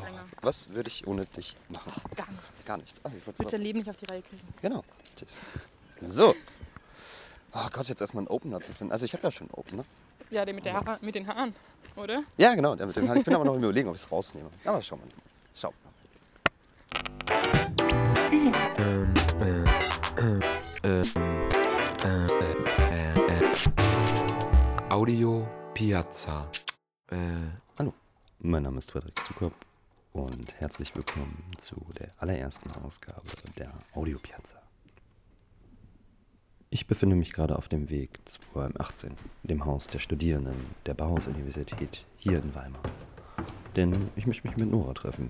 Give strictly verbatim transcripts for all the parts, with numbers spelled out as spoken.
länger. Was würde ich ohne dich machen? Oh, gar nichts. Gar nichts. Ach, ich Du willst dein Leben nicht auf die Reihe kriegen. Genau. Tschüss. So. Oh Gott, jetzt erstmal einen Opener zu finden. Also ich habe ja schon einen Opener. Ja, der mit, der ha- mit den Haaren, oder? Ja, genau, der mit dem Haaren. Ich bin aber noch im Überlegen, ob ich es rausnehme. Aber schau mal. Schau. Ähm, äh, äh, äh, äh, äh, Audio Piazza. Äh, Hallo, mein Name ist Frederik Zucker und herzlich willkommen zu der allerersten Ausgabe der Audio Piazza. Ich befinde mich gerade auf dem Weg zur M achtzehn, dem Haus der Studierenden der Bauhaus-Universität hier in Weimar. Denn ich möchte mich mit Nora treffen.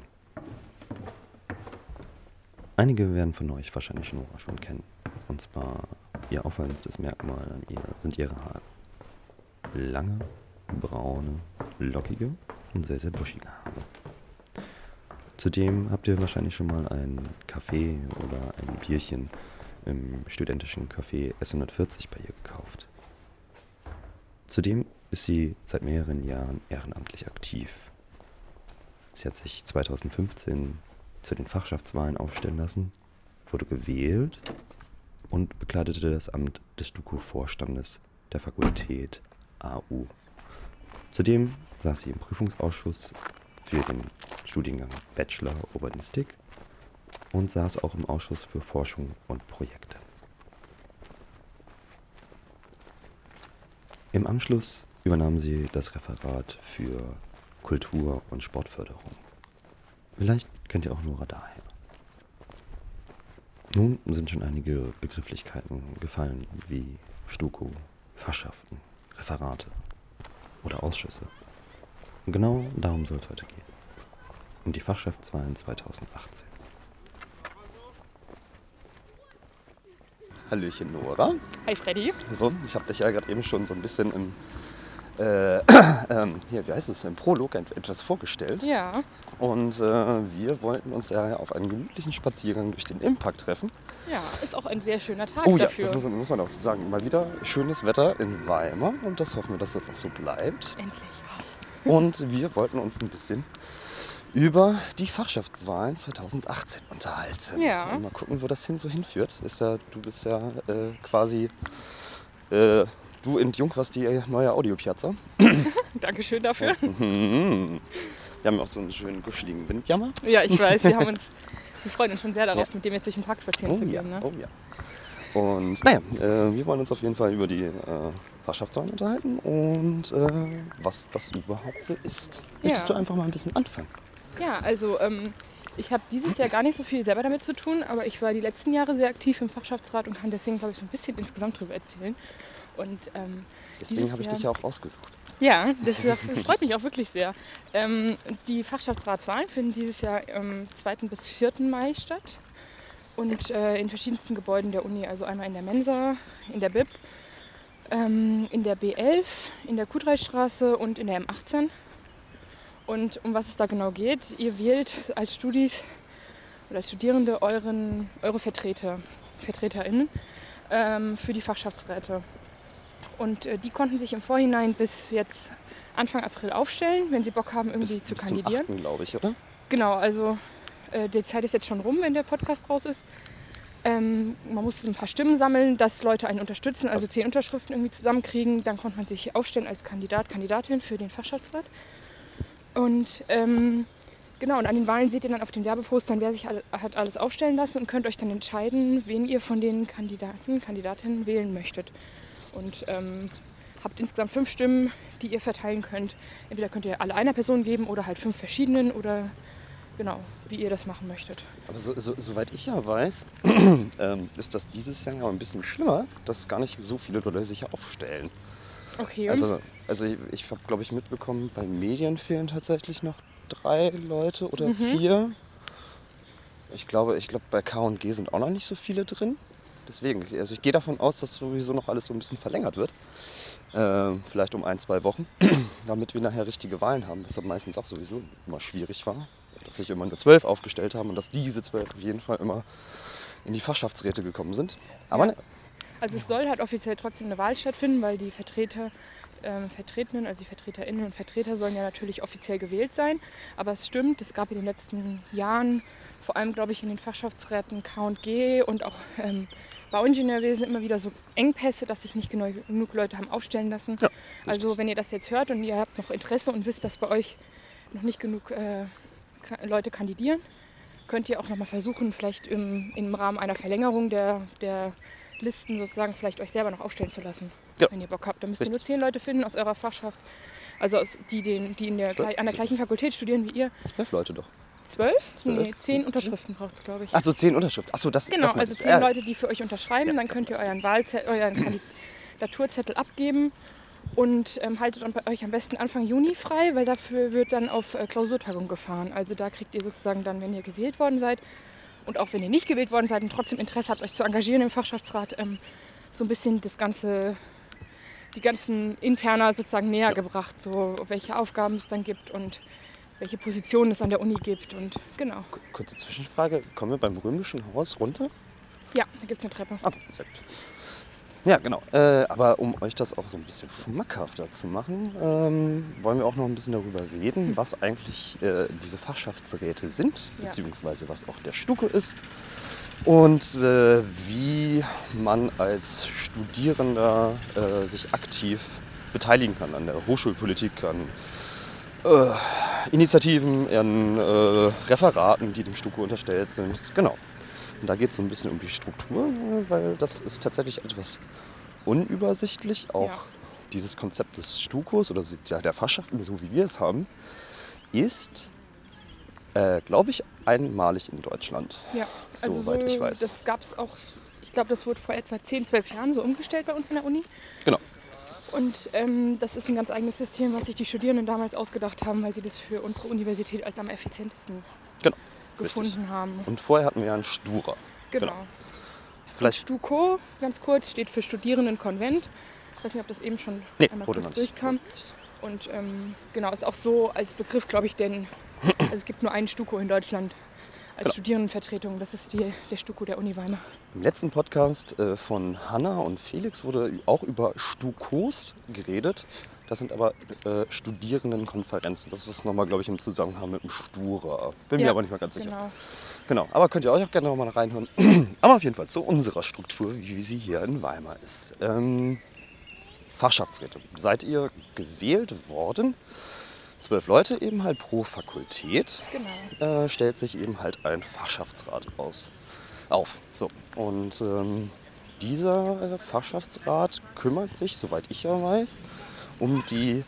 Einige werden von euch wahrscheinlich Nora schon kennen. Und zwar ihr auffallendstes Merkmal an ihr sind ihre Haare. Lange, braune, lockige und sehr, sehr buschige Haare. Zudem habt ihr wahrscheinlich schon mal einen Kaffee oder ein Bierchen im studentischen Café S hundertvierzig bei ihr gekauft. Zudem ist sie seit mehreren Jahren ehrenamtlich aktiv. Sie hat sich zweitausendfünfzehn zu den Fachschaftswahlen aufstellen lassen, wurde gewählt und bekleidete das Amt des StuKo-Vorstandes der Fakultät A U. Zudem saß sie im Prüfungsausschuss für den Studiengang Bachelor Urbanistik und saß auch im Ausschuss für Forschung und Projekte. Im Anschluss übernahm sie das Referat für Kultur- und Sportförderung. Vielleicht kennt ihr auch Nora daher. Nun sind schon einige Begrifflichkeiten gefallen, wie StuKo, Fachschaften, Referate oder Ausschüsse. Und genau darum soll es heute gehen. Um die Fachschaftswahlen zweitausendachtzehn. Hallöchen Nora. Hi Freddy. So, ich habe dich ja gerade eben schon so ein bisschen im, äh, ähm, hier, wie heißt es, im Prolog etwas vorgestellt. Ja. Und äh, wir wollten uns ja auf einen gemütlichen Spaziergang durch den Impact treffen. Ja, ist auch ein sehr schöner Tag Oh ja, dafür. das muss man, muss man auch sagen. Mal wieder schönes Wetter in Weimar und das hoffen wir, dass das auch so bleibt. Endlich. Ja. Und wir wollten uns ein bisschen über die Fachschaftswahlen zweitausendachtzehn unterhalten. Ja. Und mal gucken, wo das hin so hinführt. Ist ja, du bist ja äh, quasi, äh, du und Jung warst die neue Audio Piazza. Dankeschön dafür. Mhm. Wir haben auch so einen schönen kuscheligen Windjammer. Ja, ich weiß, wir haben uns, wir freuen uns schon sehr darauf, Ja. mit dem jetzt durch den Park spazieren Oh zu ja, gehen. Ne? oh ja. Und naja, äh, wir wollen uns auf jeden Fall über die äh, Fachschaftswahlen unterhalten und äh, was das überhaupt so ist. Möchtest Ja. du einfach mal ein bisschen anfangen? Ja, also ähm, ich habe dieses Jahr gar nicht so viel selber damit zu tun, aber ich war die letzten Jahre sehr aktiv im Fachschaftsrat und kann deswegen, glaube ich, so ein bisschen insgesamt drüber erzählen. Und, ähm, Deswegen dieses habe ich Jahr- dich ja auch rausgesucht. Ja, das das freut mich auch wirklich sehr. Ähm, die Fachschaftsratswahlen finden dieses Jahr am zweiten bis vierten Mai statt und äh, in verschiedensten Gebäuden der Uni, also einmal in der Mensa, in der B I B, ähm, in der B elf, in der Q drei Straße und in der M achtzehn. Und um was es da genau geht, ihr wählt als Studis oder als Studierende euren, eure Vertreter, VertreterInnen ähm, für die Fachschaftsräte. Und äh, die konnten sich im Vorhinein bis jetzt Anfang April aufstellen, wenn sie Bock haben, irgendwie Bis, zu bis zum kandidieren. achten glaube ich, oder? Genau, also äh, die Zeit ist jetzt schon rum, wenn der Podcast raus ist. Ähm, man muss ein paar Stimmen sammeln, dass Leute einen unterstützen, also zehn Unterschriften irgendwie zusammenkriegen. Dann konnte man sich aufstellen als Kandidat, Kandidatin für den Fachschaftsrat. Und ähm, genau, und an den Wahlen seht ihr dann auf den Werbepostern, wer sich all, hat alles aufstellen lassen und könnt euch dann entscheiden, wen ihr von den Kandidaten, Kandidatinnen wählen möchtet. Und ähm, habt insgesamt fünf Stimmen, die ihr verteilen könnt. Entweder könnt ihr alle einer Person geben oder halt fünf verschiedenen oder genau, wie ihr das machen möchtet. Aber so, so, soweit ich ja weiß, ähm, ist das dieses Jahr ja ein bisschen schlimmer, dass gar nicht so viele Leute sich aufstellen. Okay. Also, also ich, ich habe, glaube ich, mitbekommen, bei Medien fehlen tatsächlich noch drei Leute oder Mhm. vier. Ich glaube, ich glaube, bei K und G sind auch noch nicht so viele drin. Deswegen, also ich gehe davon aus, dass sowieso noch alles so ein bisschen verlängert wird. Ähm, vielleicht um ein, zwei Wochen, damit wir nachher richtige Wahlen haben, was dann meistens auch sowieso immer schwierig war. Dass sich immer nur zwölf aufgestellt haben und dass diese zwölf auf jeden Fall immer in die Fachschaftsräte gekommen sind. Aber Ja. ne, Also es soll halt offiziell trotzdem eine Wahl stattfinden, weil die Vertreter ähm, Vertretenen, also die Vertreterinnen und Vertreter sollen ja natürlich offiziell gewählt sein. Aber es stimmt, es gab in den letzten Jahren, vor allem glaube ich in den Fachschaftsräten K und G und auch ähm, Bauingenieurwesen immer wieder so Engpässe, dass sich nicht genug, genug Leute haben aufstellen lassen. Ja, also wenn ihr das jetzt hört und ihr habt noch Interesse und wisst, dass bei euch noch nicht genug äh, Leute kandidieren, könnt ihr auch nochmal versuchen, vielleicht im, im Rahmen einer Verlängerung der, der Listen sozusagen vielleicht euch selber noch aufstellen zu lassen, ja. wenn ihr Bock habt. Dann müsst Richtig. ihr nur zehn Leute finden aus eurer Fachschaft, also aus, die, den, die in der, an der gleichen Fakultät studieren wie ihr. Zwölf Leute doch. Zwölf? Zwölf? Nee, zehn Unterschriften braucht es, glaube ich. Achso, zehn Unterschriften. Achso, das Genau, das also ich. zehn Ja. Leute, die für euch unterschreiben, Ja, dann das könnt ihr meinst du. euren, Wahlzettel, euren Kandidaturzettel abgeben und ähm, haltet dann bei euch am besten Anfang Juni frei, weil dafür wird dann auf äh, Klausurtagung gefahren. Also da kriegt ihr sozusagen dann, wenn ihr gewählt worden seid und auch wenn ihr nicht gewählt worden seid und trotzdem Interesse habt, euch zu engagieren im Fachschaftsrat, ähm, so ein bisschen das ganze, die ganzen Interna sozusagen näher Ja. gebracht, so welche Aufgaben es dann gibt und welche Positionen es an der Uni gibt und genau. Kurze Zwischenfrage. Kommen wir beim Römischen Haus runter? Ja, da gibt es eine Treppe. Ah, sehr gut. Ja, genau. Äh, aber um euch das auch so ein bisschen schmackhafter zu machen, ähm, wollen wir auch noch ein bisschen darüber reden, was eigentlich äh, diese Fachschaftsräte sind, Ja. beziehungsweise was auch der Stuko ist und äh, wie man als Studierender äh, sich aktiv beteiligen kann an der Hochschulpolitik, an äh, Initiativen, an äh, Referaten, die dem Stuko unterstellt sind. Genau. Und da geht es so ein bisschen um die Struktur, weil das ist tatsächlich etwas unübersichtlich. Auch Ja. dieses Konzept des Stukos oder ja, der Fachschaften, so wie wir es haben, ist, äh, glaube ich, einmalig in Deutschland. Ja, also Soweit so, ich weiß. Das gab es auch, ich glaube, das wurde vor etwa zehn, zwölf Jahren so umgestellt bei uns an der Uni. Genau. Und ähm, das ist ein ganz eigenes System, was sich die Studierenden damals ausgedacht haben, weil sie das für unsere Universität als am effizientesten Genau. gefunden Richtig. haben. Und vorher hatten wir ja einen Stura. Genau. Genau. Vielleicht StuKo, ganz kurz, steht für Studierendenkonvent. Ich weiß nicht, ob das eben schon nee, einmal wurde kurz noch nicht. durchkam. Und ähm, genau, ist auch so als Begriff, glaube ich, denn also es gibt nur einen StuKo in Deutschland als Genau. Studierendenvertretung. Das ist die, der StuKo der Uni Weimar. Im letzten Podcast äh, von Hanna und Felix wurde auch über Stukos geredet. Das sind aber äh, Studierendenkonferenzen. Das ist nochmal, glaube ich, im Zusammenhang mit dem Stura. Bin mir Ja, aber nicht mehr ganz sicher. Genau. Genau, aber könnt ihr euch auch gerne nochmal reinhören. Aber auf jeden Fall zu unserer Struktur, wie sie hier in Weimar ist. Ähm, Fachschaftsräte. Seid ihr gewählt worden? Zwölf Leute eben halt pro Fakultät. Genau. Äh, stellt sich eben halt ein Fachschaftsrat aus, auf. So. Und ähm, dieser äh, Fachschaftsrat kümmert sich, soweit ich ja weiß, um die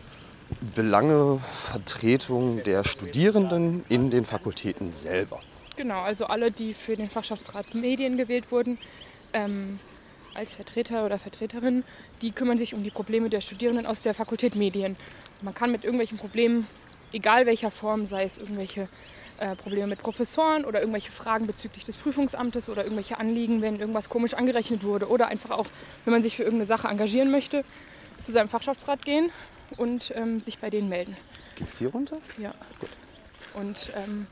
Belange, Vertretung der Studierenden in den Fakultäten selber. Genau, also alle, die für den Fachschaftsrat Medien gewählt wurden, ähm, als Vertreter oder Vertreterin, die kümmern sich um die Probleme der Studierenden aus der Fakultät Medien. Man kann mit irgendwelchen Problemen, egal welcher Form, sei es irgendwelche äh, Probleme mit Professoren oder irgendwelche Fragen bezüglich des Prüfungsamtes oder irgendwelche Anliegen, wenn irgendwas komisch angerechnet wurde oder einfach auch, wenn man sich für irgendeine Sache engagieren möchte, zu seinem Fachschaftsrat gehen und ähm, sich bei denen melden. Ging es hier runter? Ja. Gut. Und ähm,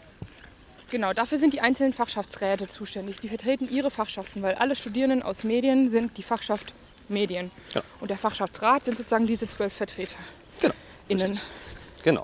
genau, dafür sind die einzelnen Fachschaftsräte zuständig. Die vertreten ihre Fachschaften, weil alle Studierenden aus Medien sind die Fachschaft Medien. Ja. Und der Fachschaftsrat sind sozusagen diese zwölf Vertreter. Genau. Innen. Richtig. Genau.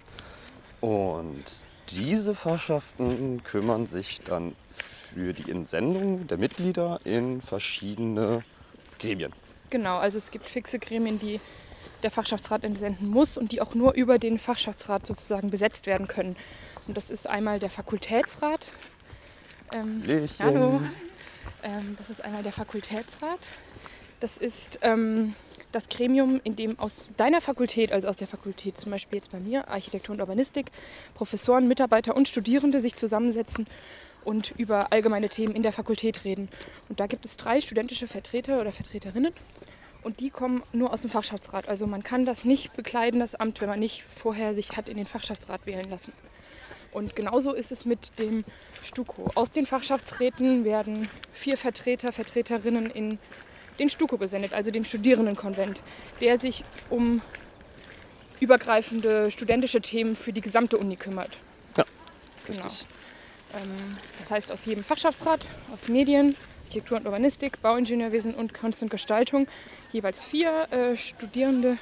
Und diese Fachschaften kümmern sich dann für die Entsendung der Mitglieder in verschiedene Gremien. Genau, also es gibt fixe Gremien, die der Fachschaftsrat entsenden muss und die auch nur über den Fachschaftsrat sozusagen besetzt werden können. Und das ist einmal der Fakultätsrat. Ähm, Hallöchen. hallo. Ähm, das ist einmal der Fakultätsrat. Das ist ähm, das Gremium, in dem aus deiner Fakultät, also aus der Fakultät, zum Beispiel jetzt bei mir, Architektur und Urbanistik, Professoren, Mitarbeiter und Studierende sich zusammensetzen und über allgemeine Themen in der Fakultät reden. Und da gibt es drei studentische Vertreter oder Vertreterinnen und die kommen nur aus dem Fachschaftsrat. Also man kann das nicht bekleiden, das Amt, wenn man nicht vorher sich hat in den Fachschaftsrat wählen lassen. Und genauso ist es mit dem StuKo. Aus den Fachschaftsräten werden vier Vertreter, Vertreterinnen in den StuKo gesendet, also den Studierendenkonvent, der sich um übergreifende studentische Themen für die gesamte Uni kümmert. Ja, Genau. richtig. Ähm, das heißt, aus jedem Fachschaftsrat, aus Medien, Architektur und Urbanistik, Bauingenieurwesen und Kunst und Gestaltung. Jeweils vier äh, Studierende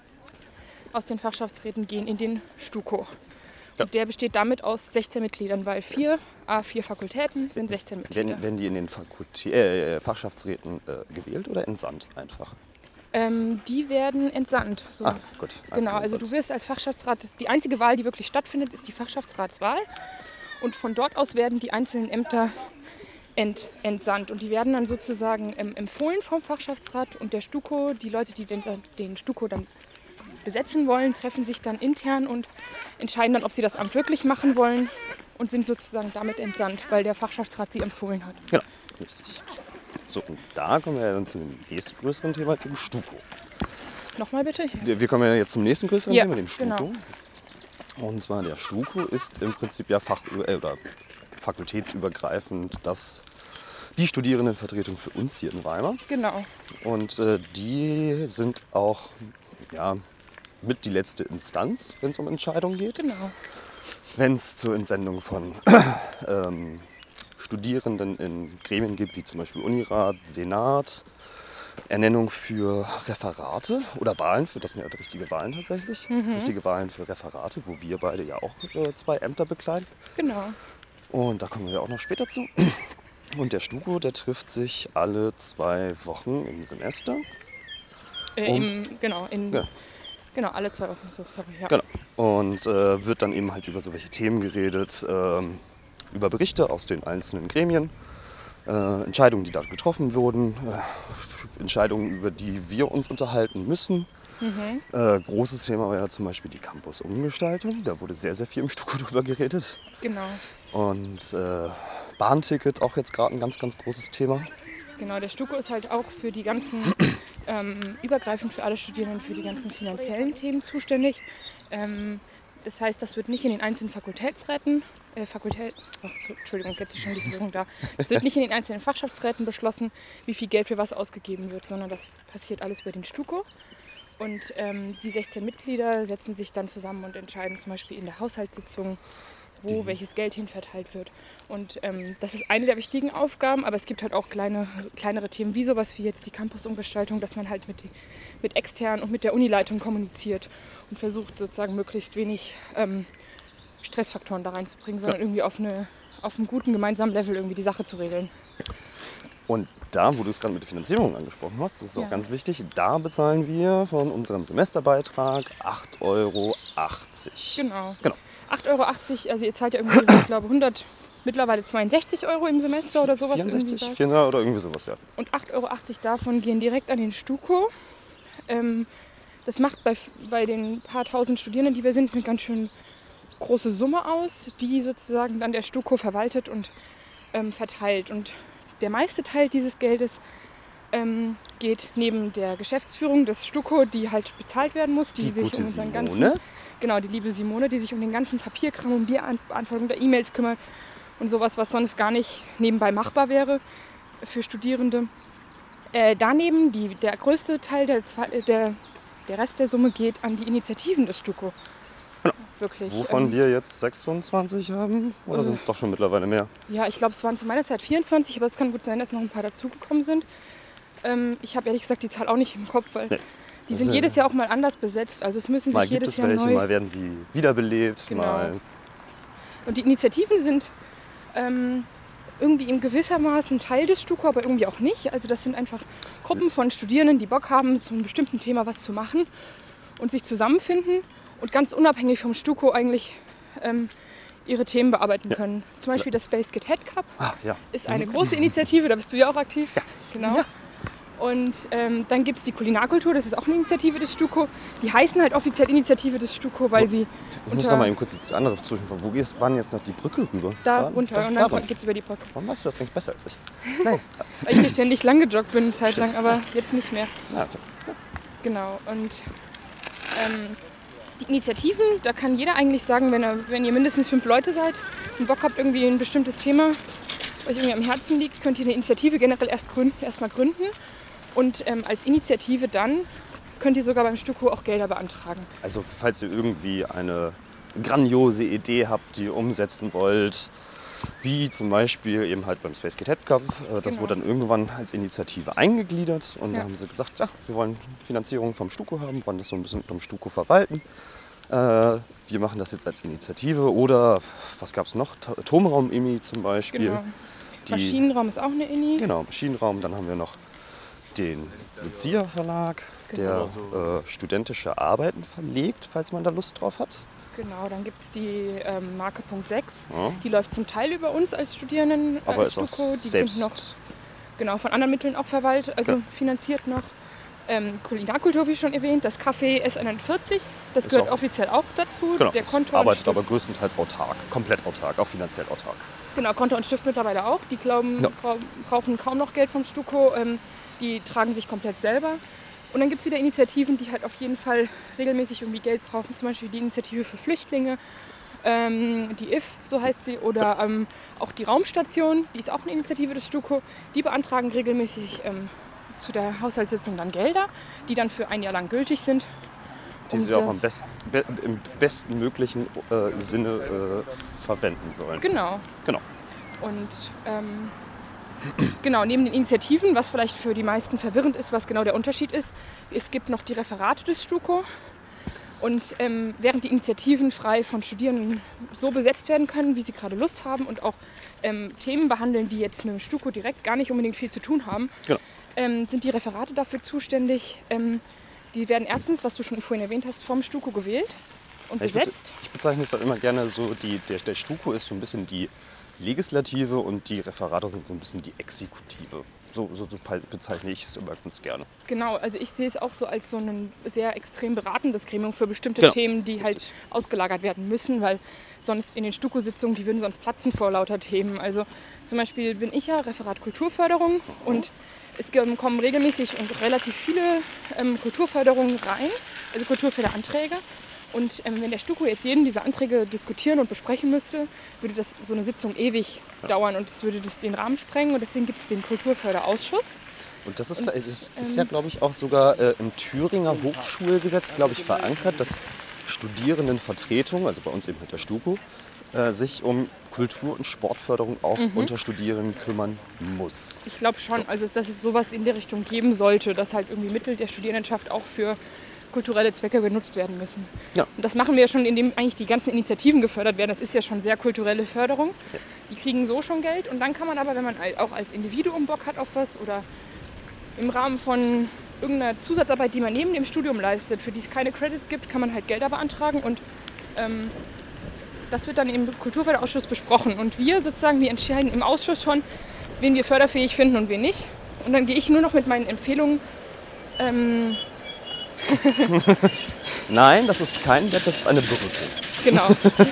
aus den Fachschaftsräten gehen in den STUKO. Ja. Und der besteht damit aus sechzehn Mitgliedern, weil vier, a vier Fakultäten sind sechzehn Mitglieder. Werden, werden die in den Fakultä äh, Fachschaftsräten äh, gewählt oder entsandt einfach? Ähm, die werden entsandt. So. Ah, gut. Genau, also du wirst als Fachschaftsrat, die einzige Wahl, die wirklich stattfindet, ist die Fachschaftsratswahl. Und von dort aus werden die einzelnen Ämter ent, entsandt. Und die werden dann sozusagen ähm, empfohlen vom Fachschaftsrat und der STUKO. Die Leute, die den, den STUKO dann besetzen wollen, treffen sich dann intern und entscheiden dann, ob sie das Amt wirklich machen wollen und sind sozusagen damit entsandt, weil der Fachschaftsrat sie empfohlen hat. Genau, richtig. So, und da kommen wir dann zum nächsten größeren Thema, dem STUKO. Nochmal bitte? Ich Wir kommen ja jetzt zum nächsten größeren Ja, Thema, dem STUKO. genau. Und zwar der STUKO ist im Prinzip ja Fach- äh, oder fakultätsübergreifend das, die Studierendenvertretung für uns hier in Weimar. Genau. Und äh, die sind auch ja, mit die letzte Instanz, wenn es um Entscheidungen geht. Genau. Wenn es zur Entsendung von ähm, Studierenden in Gremien gibt, wie zum Beispiel Unirat, Senat, Ernennung für Referate oder Wahlen, für das sind ja richtige Wahlen tatsächlich, Mhm. richtige Wahlen für Referate, wo wir beide ja auch äh, zwei Ämter bekleiden. Genau. Und da kommen wir auch noch später zu. Und der STUKO, der trifft sich alle zwei Wochen im Semester. Äh, Um- im, genau, in, Ja. genau, alle zwei Wochen. So, sorry, ja. Genau. Und äh, wird dann eben halt über so welche Themen geredet, ähm, über Berichte aus den einzelnen Gremien, äh, Entscheidungen, die da getroffen wurden, äh, Entscheidungen, über die wir uns unterhalten müssen. Mhm. Äh, großes Thema war ja zum Beispiel die Campus-Umgestaltung. Da wurde sehr, sehr viel im STUKO drüber geredet. Genau. Und äh, Bahnticket auch jetzt gerade ein ganz, ganz großes Thema. Genau, der STUKO ist halt auch für die ganzen, ähm, übergreifend für alle Studierenden, für die ganzen finanziellen Themen zuständig. Ähm, das heißt, das wird nicht in den einzelnen Fakultätsräten, äh, Fakultät, ach so, Entschuldigung, jetzt ist schon die Führung da. Es wird nicht in den einzelnen Fachschaftsräten beschlossen, wie viel Geld für was ausgegeben wird, sondern das passiert alles über den STUKO. Und ähm, die sechzehn Mitglieder setzen sich dann zusammen und entscheiden zum Beispiel in der Haushaltssitzung, wo Die- welches Geld hin verteilt wird. Und ähm, das ist eine der wichtigen Aufgaben, aber es gibt halt auch kleine, kleinere Themen, wie sowas wie jetzt die Campusumgestaltung, dass man halt mit, die, mit extern und mit der Unileitung kommuniziert und versucht sozusagen möglichst wenig ähm, Stressfaktoren da reinzubringen, sondern Ja. irgendwie auf, eine, auf einem guten gemeinsamen Level irgendwie die Sache zu regeln. Und da, wo du es gerade mit der Finanzierung angesprochen hast, das ist auch Ja. ganz wichtig, da bezahlen wir von unserem Semesterbeitrag acht Euro achtzig. Genau. Genau. acht Euro achtzig, also ihr zahlt ja irgendwie, ich glaube, hundert, mittlerweile zweiundsechzig Euro im Semester oder sowas. vierundsechzig, irgendwie was. vierhundert oder irgendwie sowas, ja. Und acht Euro achtzig davon gehen direkt an den STUKO. Ähm, das macht bei, bei den paar tausend Studierenden, die wir sind, eine ganz schön große Summe aus, die sozusagen dann der STUKO verwaltet und ähm, verteilt. Und der meiste Teil dieses Geldes ähm, geht neben der Geschäftsführung des STUKO, die halt bezahlt werden muss, die, Die sich gute um unseren Simone. ganzen, genau, die liebe Simone, die sich um den ganzen Papierkram, um die An- Beantwortung der E-Mails kümmert und sowas, was sonst gar nicht nebenbei machbar wäre für Studierende. Äh, daneben, die, der größte Teil, der, zwei- der, der Rest der Summe geht an die Initiativen des STUKO. Wirklich. Wovon ähm, wir jetzt sechsundzwanzig haben? Oder äh, sind es doch schon mittlerweile mehr? Ja, ich glaube, es waren zu meiner Zeit vierundzwanzig, aber es kann gut sein, dass noch ein paar dazugekommen sind. Ähm, ich habe ehrlich gesagt die Zahl auch nicht im Kopf, weil Nee. die Das sind ist, jedes Jahr auch mal anders besetzt. Also es müssen Mal sich gibt jedes es Jahr welche, neu... mal werden sie wiederbelebt, Genau. mal... Und die Initiativen sind ähm, irgendwie in gewissermaßen Teil des STUKO, aber irgendwie auch nicht. Also das sind einfach Gruppen von Studierenden, die Bock haben, zu einem bestimmten Thema was zu machen und sich zusammenfinden und ganz unabhängig vom STUKO eigentlich ähm, ihre Themen bearbeiten Ja. können. Zum Beispiel der Space Kid Head Cup Ah, ja. ist eine große Initiative, da bist du ja auch aktiv. Genau. Ja. Und ähm, dann gibt es die Kulinarkultur, das ist auch eine Initiative des STUKO. Die heißen halt offiziell Initiative des STUKO, weil sie Ich muss unter- noch mal eben kurz das andere Zwischenfragen. Wo geht's, waren jetzt noch die Brücke rüber? da War- runter da, und da dann runter. geht es über die Brücke. Warum weißt du das eigentlich besser als ich? Nein. Weil ich hier ständig lang gejoggt bin, eine Zeit lang, aber jetzt nicht mehr. Ah, okay. Genau. Und ähm, die Initiativen, da kann jeder eigentlich sagen, wenn, er, wenn ihr mindestens fünf Leute seid und Bock habt, irgendwie ein bestimmtes Thema, euch irgendwie am Herzen liegt, könnt ihr eine Initiative generell erst gründen, erstmal gründen. Und ähm, als Initiative dann könnt ihr sogar beim STUKO auch Gelder beantragen. Also falls ihr irgendwie eine grandiose Idee habt, die ihr umsetzen wollt, Wie zum Beispiel eben halt beim Space Cadet Cup. Äh, das Genau. wurde dann irgendwann als Initiative eingegliedert. Und Ja. da haben sie gesagt, ja, wir wollen Finanzierung vom STUKO haben, wollen das so ein bisschen unterm STUKO verwalten. Äh, wir machen das jetzt als Initiative. Oder, was gab es noch? Ta- Atomraum-Imi zum Beispiel. Genau. Die, Maschinenraum ist auch eine Inni. Genau, Maschinenraum. Dann haben wir noch den Lucia Verlag, Genau. der äh, studentische Arbeiten verlegt, falls man da Lust drauf hat. Genau, dann gibt es die ähm, Marke Punkt sechs. Ja. Die läuft zum Teil über uns als Studierenden, äh, Aber als ist auch Stuko. Die selbst... sind noch genau, von anderen Mitteln auch verwaltet, also Ja. finanziert noch. Ähm, Kulinarkultur, wie schon erwähnt, das Café S einundvierzig, das Ist gehört auch- offiziell auch dazu. Genau, Der es Konto und arbeitet Stift, aber größtenteils autark, komplett autark, auch finanziell autark. genau, Konto und Stift mittlerweile auch. Die glauben, Ja. brau brauchen kaum noch Geld vom Stuko. Ähm, die tragen sich komplett selber. Und dann gibt es wieder Initiativen, die halt auf jeden Fall regelmäßig irgendwie Geld brauchen. Zum Beispiel die Initiative für Flüchtlinge, ähm, die I F, so heißt sie, oder ähm, auch die Raumstation, die ist auch eine Initiative des Stuko. Die beantragen regelmäßig ähm, zu der Haushaltssitzung dann Gelder, die dann für ein Jahr lang gültig sind. Die Um sie auch das- am besten, be, im bestmöglichen äh, Sinne äh, verwenden sollen. Genau. Genau. Und ähm, genau, neben den Initiativen, was vielleicht für die meisten verwirrend ist, was genau der Unterschied ist, es gibt noch die Referate des STUKO. Und ähm, während die Initiativen frei von Studierenden so besetzt werden können, wie sie gerade Lust haben und auch ähm, Themen behandeln, die jetzt mit dem STUKO direkt gar nicht unbedingt viel zu tun haben, Genau. ähm, sind die Referate dafür zuständig. Ähm, die werden erstens, was du schon vorhin erwähnt hast, vom STUKO gewählt und Ja, ich, beze besetzt. ich bezeichne es auch immer gerne so, die, der, der STUKO ist so ein bisschen die Legislative und die Referate sind so ein bisschen die Exekutive. So, so, so bezeichne ich es immer ganz gerne. Genau, also ich sehe es auch so als so ein sehr extrem beratendes Gremium für bestimmte Genau, Themen, die halt richtig. ausgelagert werden müssen, weil sonst in den STUKO-Sitzungen, die würden sonst platzen vor lauter Themen. Also zum Beispiel bin ich ja Referat Kulturförderung und es ge- kommen regelmäßig und relativ viele ähm, Kulturförderungen rein, also Kulturförderanträge. Und ähm, wenn der STUKO jetzt jeden dieser Anträge diskutieren und besprechen müsste, würde das so eine Sitzung ewig dauern und es würde das den Rahmen sprengen. Und deswegen gibt es den Kulturförderausschuss. Und das ist, Und, ist, ist ähm, ja, glaube ich, auch sogar äh, im Thüringer Hochschulgesetz, glaube ich, verankert, dass Studierendenvertretung, also bei uns eben halt der STUKO, äh, sich um Kultur- und Sportförderung auch unter Studierenden kümmern muss. Ich glaube schon, So. also dass es sowas in der Richtung geben sollte, dass halt irgendwie Mittel der Studierendenschaft auch für kulturelle Zwecke genutzt werden müssen. Ja. Und das machen wir ja schon, indem eigentlich die ganzen Initiativen gefördert werden. Das ist ja schon sehr kulturelle Förderung. Die kriegen so schon Geld. Und dann kann man aber, wenn man auch als Individuum Bock hat auf was oder im Rahmen von irgendeiner Zusatzarbeit, die man neben dem Studium leistet, für die es keine Credits gibt, kann man halt Gelder beantragen. Und ähm, das wird dann im Kulturförderausschuss besprochen. Und wir sozusagen, wir entscheiden im Ausschuss schon, wen wir förderfähig finden und wen nicht. Und dann gehe ich nur noch mit meinen Empfehlungen ähm, Nein, das ist kein Bett, das ist eine Brücke. Genau.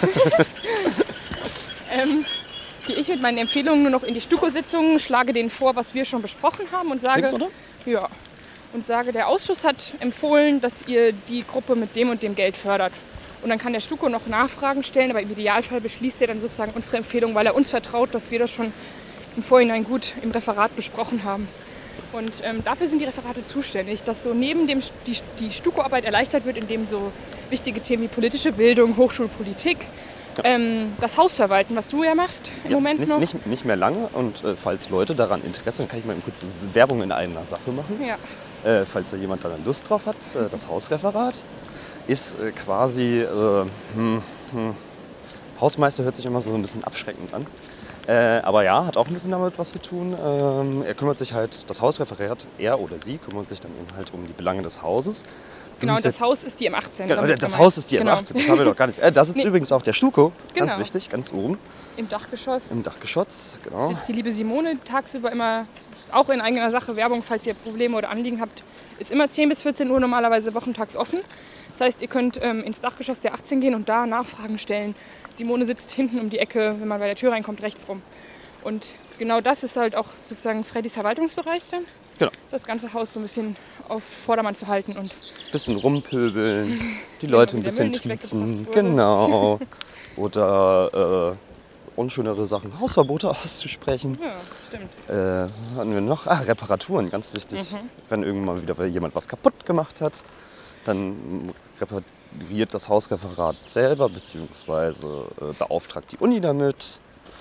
ähm, gehe ich mit meinen Empfehlungen nur noch in die STUKO-Sitzungen, schlage denen vor, was wir schon besprochen haben und sage, Links, oder? ja, und sage, der Ausschuss hat empfohlen, dass ihr die Gruppe mit dem und dem Geld fördert. Und dann kann der STUKO noch Nachfragen stellen, aber im Idealfall beschließt er dann sozusagen unsere Empfehlung, weil er uns vertraut, dass wir das schon im Vorhinein gut im Referat besprochen haben. Und ähm, dafür sind die Referate zuständig, dass so neben dem die, die STUKO-Arbeit erleichtert wird, indem so wichtige Themen wie politische Bildung, Hochschulpolitik, ähm, das Haus verwalten, was du ja machst im Ja, Moment nicht, noch. Nicht, nicht mehr lange und äh, falls Leute daran Interesse haben, kann ich mal eben kurz Werbung in einer Sache machen. Ja. Äh, falls da jemand daran Lust drauf hat, äh, das Hausreferat ist äh, quasi, äh, hm, hm, Hausmeister hört sich immer so ein bisschen abschreckend an. Äh, aber ja, hat auch ein bisschen damit was zu tun. Ähm, er kümmert sich halt, das Hausreferat, er oder sie kümmert sich dann eben halt um die Belange des Hauses. Genau, und das Durchsetz- Haus ist die M achtzehn. Genau, damit das gemeint. Haus ist die Genau. M achtzehn, das haben wir doch gar nicht. Äh, da sitzt Nee. übrigens auch der STUKO, ganz Genau. wichtig, ganz oben, Im Dachgeschoss im Dachgeschoss. Genau. sitzt die liebe Simone tagsüber immer, auch in eigener Sache Werbung, falls ihr Probleme oder Anliegen habt, ist immer zehn bis vierzehn Uhr normalerweise wochentags offen. Das heißt, ihr könnt ähm, ins Dachgeschoss der achtzehn gehen und da Nachfragen stellen. Simone sitzt hinten um die Ecke, wenn man bei der Tür reinkommt, rechts rum. Und genau das ist halt auch sozusagen Freddys Verwaltungsbereich dann. Genau. Das ganze Haus so ein bisschen auf Vordermann zu halten und Bisschen rumpöbeln, die Leute ein wie der bisschen Müll nicht triezen, weggebracht wurde. genau. Oder äh, unschönere Sachen, Hausverbote auszusprechen. ja, stimmt. Äh, was hatten wir noch? Ah, Reparaturen, ganz wichtig. Mhm. Wenn irgendwann mal wieder jemand was kaputt gemacht hat, dann repariert das Hausreferat selber, beziehungsweise äh, beauftragt die Uni damit.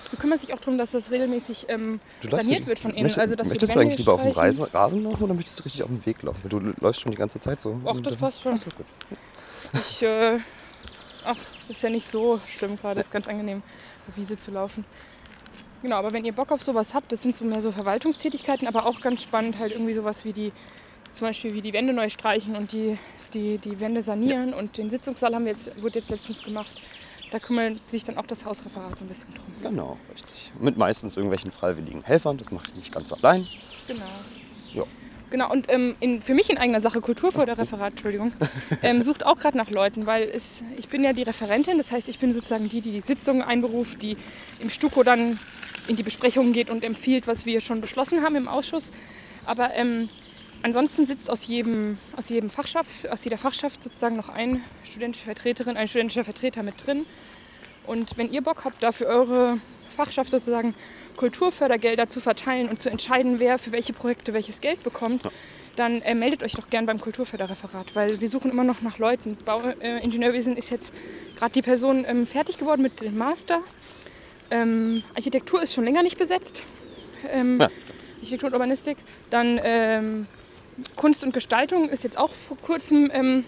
du kümmerst dich auch darum, dass das regelmäßig ähm, Du läufst saniert du- wird von innen. Möchtest, also, dass wir möchtest die du Wände eigentlich lieber auf dem streichen. Reisen, Rasen laufen oder möchtest du richtig auf dem Weg laufen? Du läufst schon die ganze Zeit so. Ach, das passt schon. Ach so, gut. Ich, äh, ach, ist ja nicht so schlimm gerade, ist ganz angenehm, auf Wiese zu laufen. Genau, aber wenn ihr Bock auf sowas habt, das sind so mehr so Verwaltungstätigkeiten, aber auch ganz spannend halt irgendwie sowas wie die, zum Beispiel wie die Wände neu streichen und die, die, die Wände sanieren und den Sitzungssaal haben wir jetzt, wurde jetzt letztens gemacht. Da kümmert sich dann auch das Hausreferat so ein bisschen drum. Genau, richtig. Mit meistens irgendwelchen freiwilligen Helfern, das mache ich nicht ganz allein. Genau. Ja. Genau, und ähm, in, für mich in eigener Sache, Kulturförderreferat, Entschuldigung, ähm, sucht auch gerade nach Leuten, weil es, ich bin ja die Referentin, das heißt, ich bin sozusagen die, die die Sitzungen einberuft, die im Stuko dann in die Besprechungen geht und empfiehlt, was wir schon beschlossen haben im Ausschuss. Aber ähm, ansonsten sitzt aus jedem, aus jedem Fachschaft, aus jeder Fachschaft sozusagen noch eine studentische Vertreterin, ein studentischer Vertreter mit drin. Und wenn ihr Bock habt, da für eure Fachschaft sozusagen Kulturfördergelder zu verteilen und zu entscheiden, wer für welche Projekte welches Geld bekommt, Ja. dann äh, meldet euch doch gern beim Kulturförderreferat, weil wir suchen immer noch nach Leuten. Bauingenieurwesen äh, ist jetzt gerade die Person ähm, fertig geworden mit dem Master. Ähm, Architektur ist schon länger nicht besetzt. Ähm, Ja. Architektur und Urbanistik. Dann ähm, Kunst und Gestaltung ist jetzt auch vor kurzem, ähm,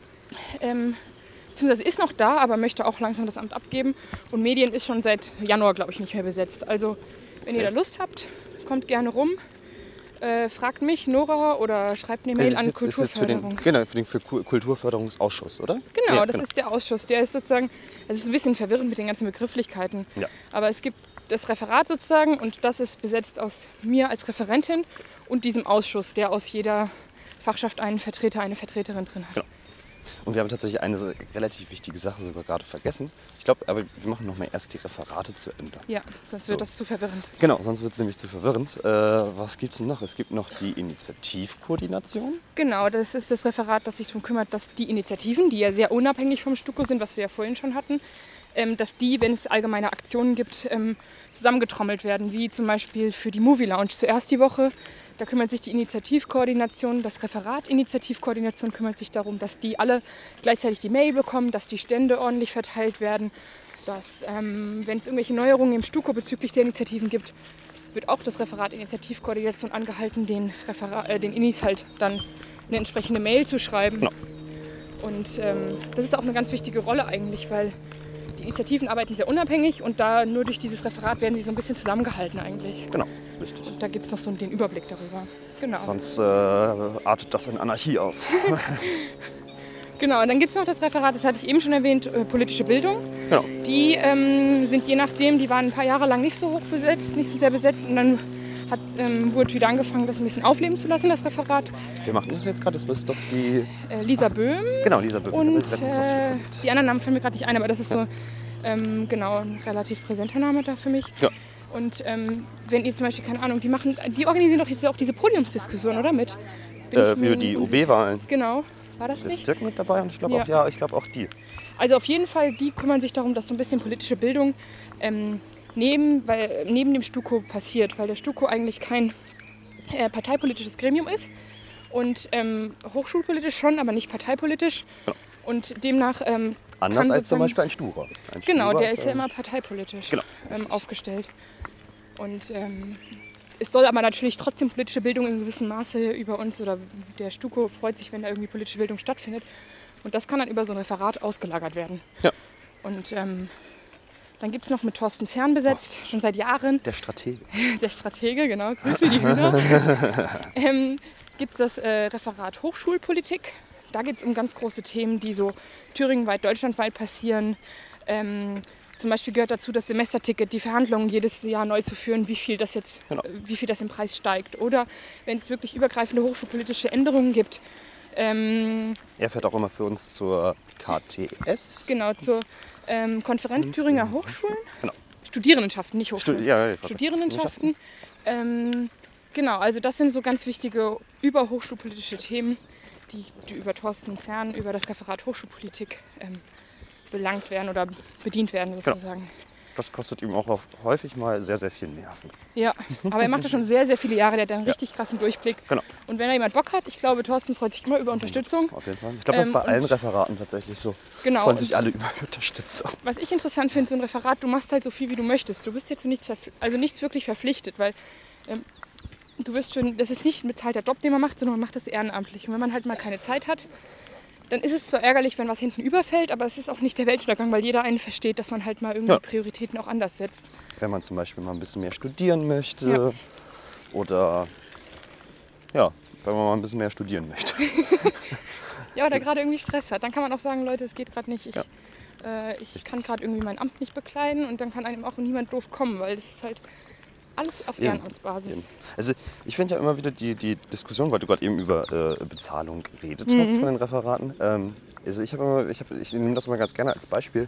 ähm, beziehungsweise ist noch da, aber möchte auch langsam das Amt abgeben. Und Medien ist schon seit Januar, glaube ich, nicht mehr besetzt. Also, wenn ihr da Lust habt, kommt gerne rum. Äh, fragt mich, Nora, oder schreibt eine Mail Das an ist jetzt- ist jetzt für den, Kulturförderung. genau, für den für Ku- Kulturförderungsausschuss, oder? Genau, Ja, das ist der Ausschuss. Der ist sozusagen, es ist ein bisschen verwirrend mit den ganzen Begrifflichkeiten. Ja. Aber es gibt das Referat sozusagen und das ist besetzt aus mir als Referentin und diesem Ausschuss, der aus jeder Fachschaft einen Vertreter, eine Vertreterin drin hat. Genau. Und wir haben tatsächlich eine so relativ wichtige Sache sogar gerade vergessen. Ich glaube, aber wir machen noch mal erst die Referate zu Ende. Ja, sonst So. wird das zu verwirrend. Genau, sonst wird es nämlich zu verwirrend. Äh, was gibt es denn noch? Es gibt noch die Initiativkoordination. Genau, das ist das Referat, das sich darum kümmert, dass die Initiativen, die ja sehr unabhängig vom Stuko sind, was wir ja vorhin schon hatten, ähm, dass die, wenn es allgemeine Aktionen gibt, ähm, zusammengetrommelt werden, wie zum Beispiel für die Movie Lounge zuerst die Woche. Da kümmert sich die Initiativkoordination, das Referat Initiativkoordination kümmert sich darum, dass die alle gleichzeitig die Mail bekommen, dass die Stände ordentlich verteilt werden, dass, ähm, wenn es irgendwelche Neuerungen im Stuko bezüglich der Initiativen gibt, wird auch das Referat Initiativkoordination angehalten, den, Refera äh, den Inis halt dann eine entsprechende Mail zu schreiben. Genau. Und ähm, das ist auch eine ganz wichtige Rolle eigentlich, weil die Initiativen arbeiten sehr unabhängig und da nur durch dieses Referat werden sie so ein bisschen zusammengehalten eigentlich. Genau, richtig. Und da gibt es noch so den Überblick darüber. Genau. Sonst äh, artet das in Anarchie aus. Genau, und dann gibt es noch das Referat, das hatte ich eben schon erwähnt, äh, politische Bildung. Genau. Die ähm, sind je nachdem, die waren ein paar Jahre lang nicht so hoch besetzt, nicht so sehr besetzt und dann hat, ähm, wurde wieder angefangen, das ein bisschen aufleben zu lassen, das Referat. Wir machen das jetzt gerade, das ist doch die... Äh, Lisa Böhm Genau, Lisa Böhm. und letztes Mal schon äh, verlinkt. die anderen Namen fallen mir gerade nicht ein, aber das ist so ähm, genau ein relativ präsenter Name da für mich. Ja. Und ähm, wenn ihr zum Beispiel, keine Ahnung, die machen, die organisieren doch jetzt auch diese Podiumsdiskussion, oder mit? Bin Äh, ich mir- für die U B-Wahlen. Genau, war das Ist nicht? Dirk mit dabei und ich glaube Ja. auch, ja, ich glaube auch die. Also auf jeden Fall, die kümmern sich darum, dass so ein bisschen politische Bildung ähm, neben, weil, neben dem Stuko passiert, weil der Stuko eigentlich kein äh, parteipolitisches Gremium ist und ähm, hochschulpolitisch schon, aber nicht parteipolitisch. Genau. Und demnach ähm, Anders kann als zum sozusagen- Beispiel ein Sturer. Ein Genau, Sturer der ist ja ähm, immer parteipolitisch Genau, ähm, richtig. aufgestellt. Und ähm, es soll aber natürlich trotzdem politische Bildung in gewissem Maße über uns oder der Stuko freut sich, wenn da irgendwie politische Bildung stattfindet. Und das kann dann über so ein Referat ausgelagert werden. Ja. Und ähm, dann gibt es noch mit Thorsten Zern besetzt, schon seit Jahren, Der Stratege. der Stratege, genau, Grüß für die Hühner. ähm, gibt es das äh, Referat Hochschulpolitik. Da geht es um ganz große Themen, die so thüringenweit, deutschlandweit passieren. Ähm, zum Beispiel gehört dazu das Semesterticket, die Verhandlungen jedes Jahr neu zu führen, wie viel das jetzt, Genau. äh, wie viel das im Preis steigt. Oder wenn es wirklich übergreifende hochschulpolitische Änderungen gibt. Ähm, Er fährt auch immer für uns zur K T S. genau, zur ähm, Konferenz Thüringer Hochschulen. Genau. Studierendenschaften, nicht Stu Hochschulen. ja, ja, Studierendenschaften. Ähm, genau, also das sind so ganz wichtige überhochschulpolitische Themen, die, die über Thorsten Zern, über das Referat Hochschulpolitik ähm, belangt werden oder bedient werden sozusagen. das kostet ihm auch auf häufig mal sehr, sehr viel Nerven. Ja, aber er macht das schon sehr, sehr viele Jahre. Der hat einen richtig krassen Durchblick. Genau. Und wenn da jemand Bock hat, ich glaube, Thorsten freut sich immer über Unterstützung. Auf jeden Fall. Ich glaube, das ist Ähm, bei allen und- Referaten tatsächlich so. Genau. Freuen und sich alle über Unterstützung. Was ich interessant finde, so ein Referat, du machst halt so viel, wie du möchtest. Du bist jetzt zu nichts, verpf- also nichts wirklich verpflichtet, weil ähm, du wirst für, das ist nicht ein bezahlter Job, den man macht, sondern man macht das ehrenamtlich. Und wenn man halt mal keine Zeit hat, dann ist es zwar ärgerlich, wenn was hinten überfällt, aber es ist auch nicht der Weltuntergang, weil jeder einen versteht, dass man halt mal irgendwie Ja. Prioritäten auch anders setzt. Wenn man zum Beispiel mal ein bisschen mehr studieren möchte Ja. oder ja, wenn man mal ein bisschen mehr studieren möchte. Ja, oder gerade irgendwie Stress hat, dann kann man auch sagen, Leute, es geht gerade nicht. Ich, Ja. äh, ich kann gerade irgendwie mein Amt nicht bekleiden und dann kann einem auch niemand doof kommen, weil das ist halt alles auf Eben. Ehrenamtsbasis. Eben. Also ich finde ja immer wieder die, die Diskussion, weil du gerade eben über äh, Bezahlung geredet Mhm. hast von den Referaten. Ähm, also ich, hab immer, ich, hab, ich nehme das immer ganz gerne als Beispiel.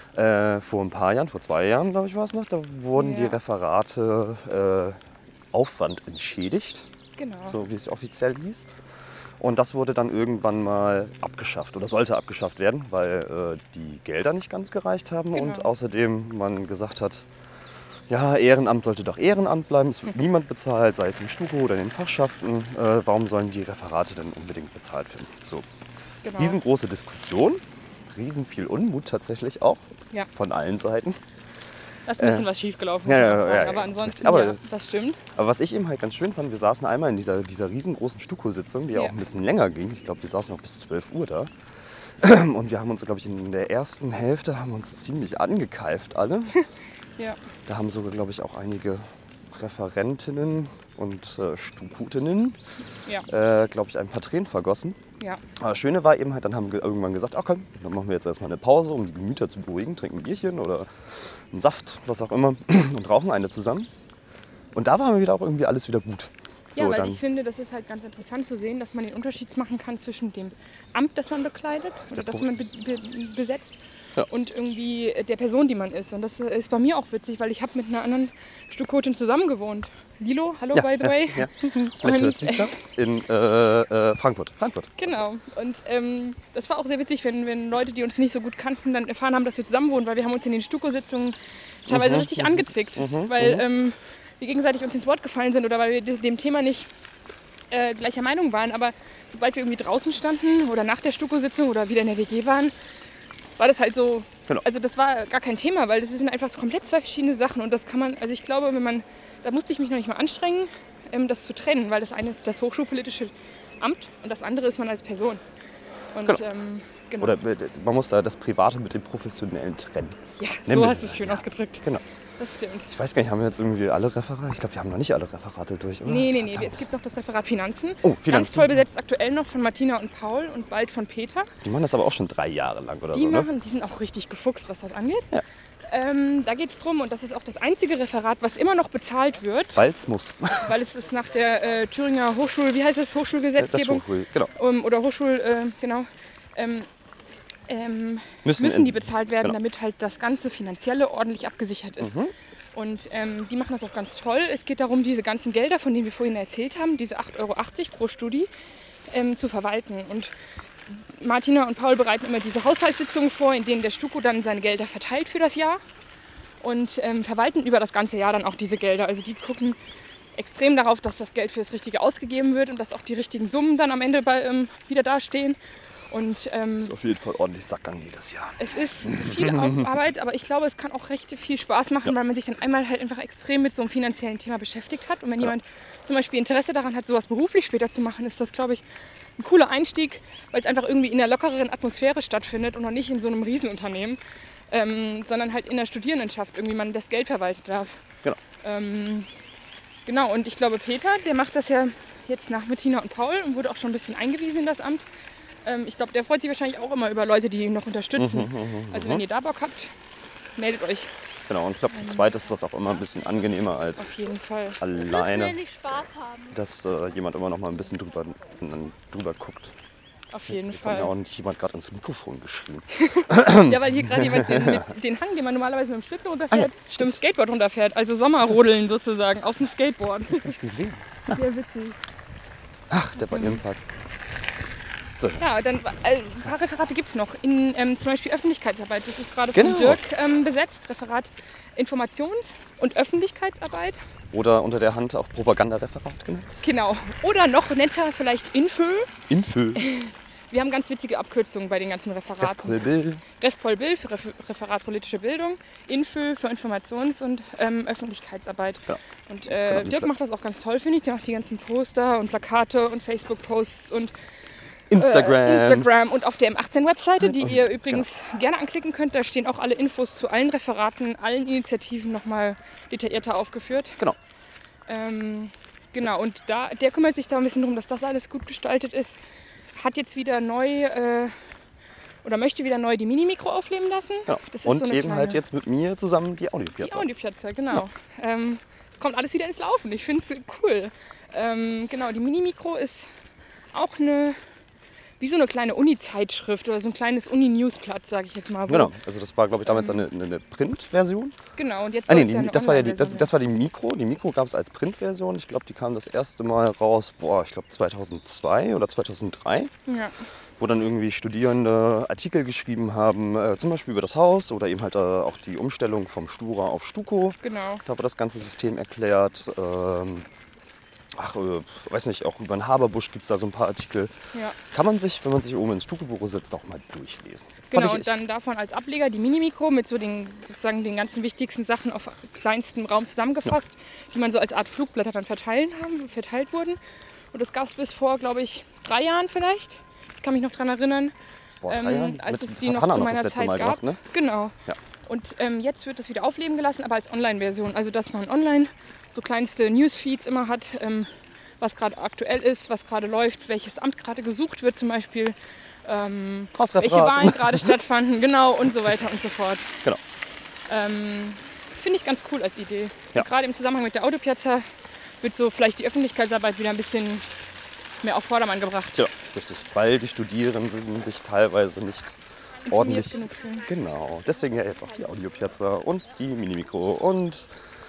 Äh, vor ein paar Jahren, vor zwei Jahren glaube ich war es noch, da wurden die Ja. Referate äh, Aufwand entschädigt, Genau. so wie es offiziell hieß. Und das wurde dann irgendwann mal abgeschafft oder sollte abgeschafft werden, weil äh, die Gelder nicht ganz gereicht haben Genau. und außerdem man gesagt hat, ja, Ehrenamt sollte doch Ehrenamt bleiben, es wird niemand bezahlt, sei es im Stuko oder in den Fachschaften. Äh, warum sollen die Referate denn unbedingt bezahlt werden? So, Genau. riesengroße Diskussion, riesen viel Unmut tatsächlich auch Ja. von allen Seiten. Da ist ein bisschen Äh, was schiefgelaufen, ja, muss man ja, auch sagen. ja, ja. aber ansonsten, Aber- ja, das stimmt. Aber was ich eben halt ganz schön fand, wir saßen einmal in dieser, dieser riesengroßen Stuko-Sitzung, die ja Ja. auch ein bisschen länger ging. Ich glaube, wir saßen noch bis zwölf Uhr da. Und wir haben uns, glaube ich, in der ersten Hälfte haben uns ziemlich angekeift alle. Ja. Da haben sogar, glaube ich, auch einige Referentinnen und äh, Stuputinnen, Ja. äh, glaube ich, ein paar Tränen vergossen. Ja. Aber das Schöne war eben halt, dann haben wir irgendwann gesagt, ach komm, dann machen wir jetzt erstmal eine Pause, um die Gemüter zu beruhigen, trinken ein Bierchen oder einen Saft, was auch immer, und rauchen eine zusammen. Und da war mir wieder auch irgendwie alles wieder gut. Ja, So, weil dann, ich finde, das ist halt ganz interessant zu sehen, dass man den Unterschied machen kann zwischen dem Amt, das man bekleidet oder das man be be besetzt, Ja. und irgendwie der Person, die man ist. Und das ist bei mir auch witzig, weil ich habe mit einer anderen Stukotin zusammen gewohnt. Lilo, hallo Ja, by the way. ja. Vielleicht hört sie es ja. In äh, äh, Frankfurt. Frankfurt. Genau. Und ähm, das war auch sehr witzig, wenn, wenn Leute, die uns nicht so gut kannten, dann erfahren haben, dass wir zusammen wohnen, weil wir haben uns in den Stuko-Sitzungen teilweise Mhm, richtig mhm, angezickt, mhm, weil mhm. ähm, wir gegenseitig uns ins Wort gefallen sind oder weil wir des- dem Thema nicht äh, gleicher Meinung waren. Aber sobald wir irgendwie draußen standen oder nach der Stuko-Sitzung oder wieder in der W G waren, war das halt so, Genau. also das war gar kein Thema, weil das sind einfach komplett zwei verschiedene Sachen und das kann man, also ich glaube, wenn man, da musste ich mich noch nicht mal anstrengen, ähm, das zu trennen, weil das eine ist das hochschulpolitische Amt und das andere ist man als Person. Und Genau. ähm, genau. Oder äh, man muss da das Private mit dem Professionellen trennen. ja, Nennen so wir hast du das. es schön Ja. ausgedrückt. Genau. Das stimmt. Ich weiß gar nicht, haben wir jetzt irgendwie alle Referate? Ich glaube, wir haben noch nicht alle Referate durch, oder? Nee, nee, nee. Verdammt. Es gibt noch das Referat Finanzen. Oh, Ganz Finanzen. toll besetzt aktuell noch von Martina und Paul und bald von Peter. Die machen das aber auch schon drei Jahre lang oder Die so, ne? machen, die sind auch richtig gefuchst, was das angeht. Ja. Ähm, da geht es drum, und das ist auch das einzige Referat, was immer noch bezahlt wird, Weil es muss. weil es ist nach der äh, Thüringer Hochschul, wie heißt das, Das Hochschulgesetzgebung Schulschul, genau. um, oder Hochschul, äh, genau, ähm, ähm, Müssen, müssen in- die bezahlt werden, genau. damit halt das ganze Finanzielle ordentlich abgesichert ist. Mhm. Und ähm, die machen das auch ganz toll. Es geht darum, diese ganzen Gelder, von denen wir vorhin erzählt haben, diese acht Euro achtzig pro Studie, ähm, zu verwalten. Und Martina und Paul bereiten immer diese Haushaltssitzungen vor, in denen der Stuko dann seine Gelder verteilt für das Jahr und ähm, verwalten über das ganze Jahr dann auch diese Gelder. Also die gucken extrem darauf, dass das Geld für das Richtige ausgegeben wird und dass auch die richtigen Summen dann am Ende bei, ähm, wieder dastehen. Und ähm, Ist auf jeden Fall ordentlich Sackgang jedes Jahr. es ist viel Au- Arbeit, aber ich glaube, es kann auch recht viel Spaß machen, Ja. weil man sich dann einmal halt einfach extrem mit so einem finanziellen Thema beschäftigt hat. Und wenn Ja. jemand zum Beispiel Interesse daran hat, sowas beruflich später zu machen, ist das, glaube ich, ein cooler Einstieg, weil es einfach irgendwie in einer lockereren Atmosphäre stattfindet und noch nicht in so einem Riesenunternehmen, ähm, sondern halt in der Studierendenschaft irgendwie man das Geld verwalten darf. Genau. Ähm, genau, und ich glaube, Peter, der macht das ja jetzt nach Bettina und Paul und wurde auch schon ein bisschen eingewiesen in das Amt. Ähm, ich glaube, der freut sich wahrscheinlich auch immer über Leute, die ihn noch unterstützen. Mhm, Also wenn ihr da Bock habt, meldet euch Genau, und ich glaube, zu zweit ist das auch immer ein bisschen angenehmer als auf jeden Fall. alleine, Müssen wir nicht Spaß haben. dass äh, jemand immer noch mal ein bisschen drüber, drüber guckt. Auf jeden Jetzt hat ja Fall. auch nicht jemand gerade ins Mikrofon geschrien. Ja, weil hier gerade jemand den, mit, den Hang, den man normalerweise mit dem Schlitten runterfährt, Ah ja, mit dem Skateboard runterfährt. Also Sommerrodeln sozusagen auf dem Skateboard. Hab ich gesehen. Sehr witzig. Ach, der bei ihrem Park. So. Ja, dann äh, ein paar Referate gibt es noch. In, ähm, zum Beispiel Öffentlichkeitsarbeit. Das ist gerade Genau. von Dirk ähm, besetzt. Referat Informations- und Öffentlichkeitsarbeit. Oder unter der Hand auch Propagandareferat genannt. Genau. Oder noch netter vielleicht Info. Info. Wir haben ganz witzige Abkürzungen bei den ganzen Referaten. Refpol-Bill. Refpol-Bill für Ref Referat politische Bildung, Info für Informations- und ähm, Öffentlichkeitsarbeit. Ja. Und äh, Genau. Dirk macht das auch ganz toll, finde ich. Der macht die ganzen Poster und Plakate und Facebook-Posts und Instagram. Äh, Instagram und auf der M achtzehn-Webseite, die Und- ihr übrigens gerne anklicken könnt. Da stehen auch alle Infos zu allen Referaten, allen Initiativen nochmal detaillierter aufgeführt. Genau. Ähm, genau, und da, der kümmert sich da ein bisschen darum, dass das alles gut gestaltet ist. Hat jetzt wieder neu äh, oder möchte wieder neu die Mini-Mikro aufleben lassen. Ja. Das ist Und so eine eben kleine, halt jetzt mit mir zusammen die die Audiopiazza. Audiopiazza, genau. Ähm, es kommt alles wieder ins Laufen. Ich finde es cool. Ähm, genau, die Mini-Mikro ist auch eine, wie so eine kleine Uni-Zeitschrift oder so ein kleines Uni-Newsblatt, sage ich jetzt mal. wo- Genau, also das war, glaube ich, damals eine, eine, eine Print-Version. Genau, und jetzt Ah, nee, soll's ja die, eine das, war ja die, das, Online-Version das war die Mikro. Die Mikro gab es als Printversion. Ich glaube, die kam das erste Mal raus, boah, ich glaube zweitausendzwei oder zweitausenddrei. werden. Ja. Wo dann irgendwie Studierende Artikel geschrieben haben, äh, zum Beispiel über das Haus oder eben halt äh, auch die Umstellung vom Stura auf Stuko. Genau. Da wurde das ganze System erklärt. Ähm, ach, äh, weiß nicht, auch über den Haberbusch gibt es da so ein paar Artikel. Ja. Kann man sich, wenn man sich oben ins Stuko-Büro sitzt, auch mal durchlesen. Genau, Fand und ich, dann davon als Ableger die Mini-Mikro mit so den, sozusagen den ganzen wichtigsten Sachen auf kleinstem Raum zusammengefasst, die man so als Art Flugblätter dann verteilen haben, verteilt wurden. Und das gab es bis vor, glaube ich, drei Jahren vielleicht. Ich kann mich noch daran erinnern, boah, drei ähm, Jahren? als Mit- es das die hat noch Hanna zu noch meiner das letzte Zeit Mal gab. gemacht, ne? Genau. Ja. Und ähm, jetzt wird das wieder aufleben gelassen, aber als Online-Version. Also dass man online so kleinste Newsfeeds immer hat, ähm, was gerade aktuell ist, was gerade läuft, welches Amt gerade gesucht wird zum Beispiel, ähm, welche Hausreferat. Wahlen gerade stattfanden, genau, und so weiter und so fort. Genau. Ähm, Finde ich ganz cool als Idee. Ja. Und gerade im Zusammenhang mit der Audiopiazza wird so vielleicht die Öffentlichkeitsarbeit wieder ein bisschen mehr auf Vordermann gebracht. Ja, richtig. Weil die Studierenden sich teilweise nicht Informiert ordentlich... genug fühlen. Genau. Deswegen ja jetzt auch die Audiopiazza und die Mini-Mikro und...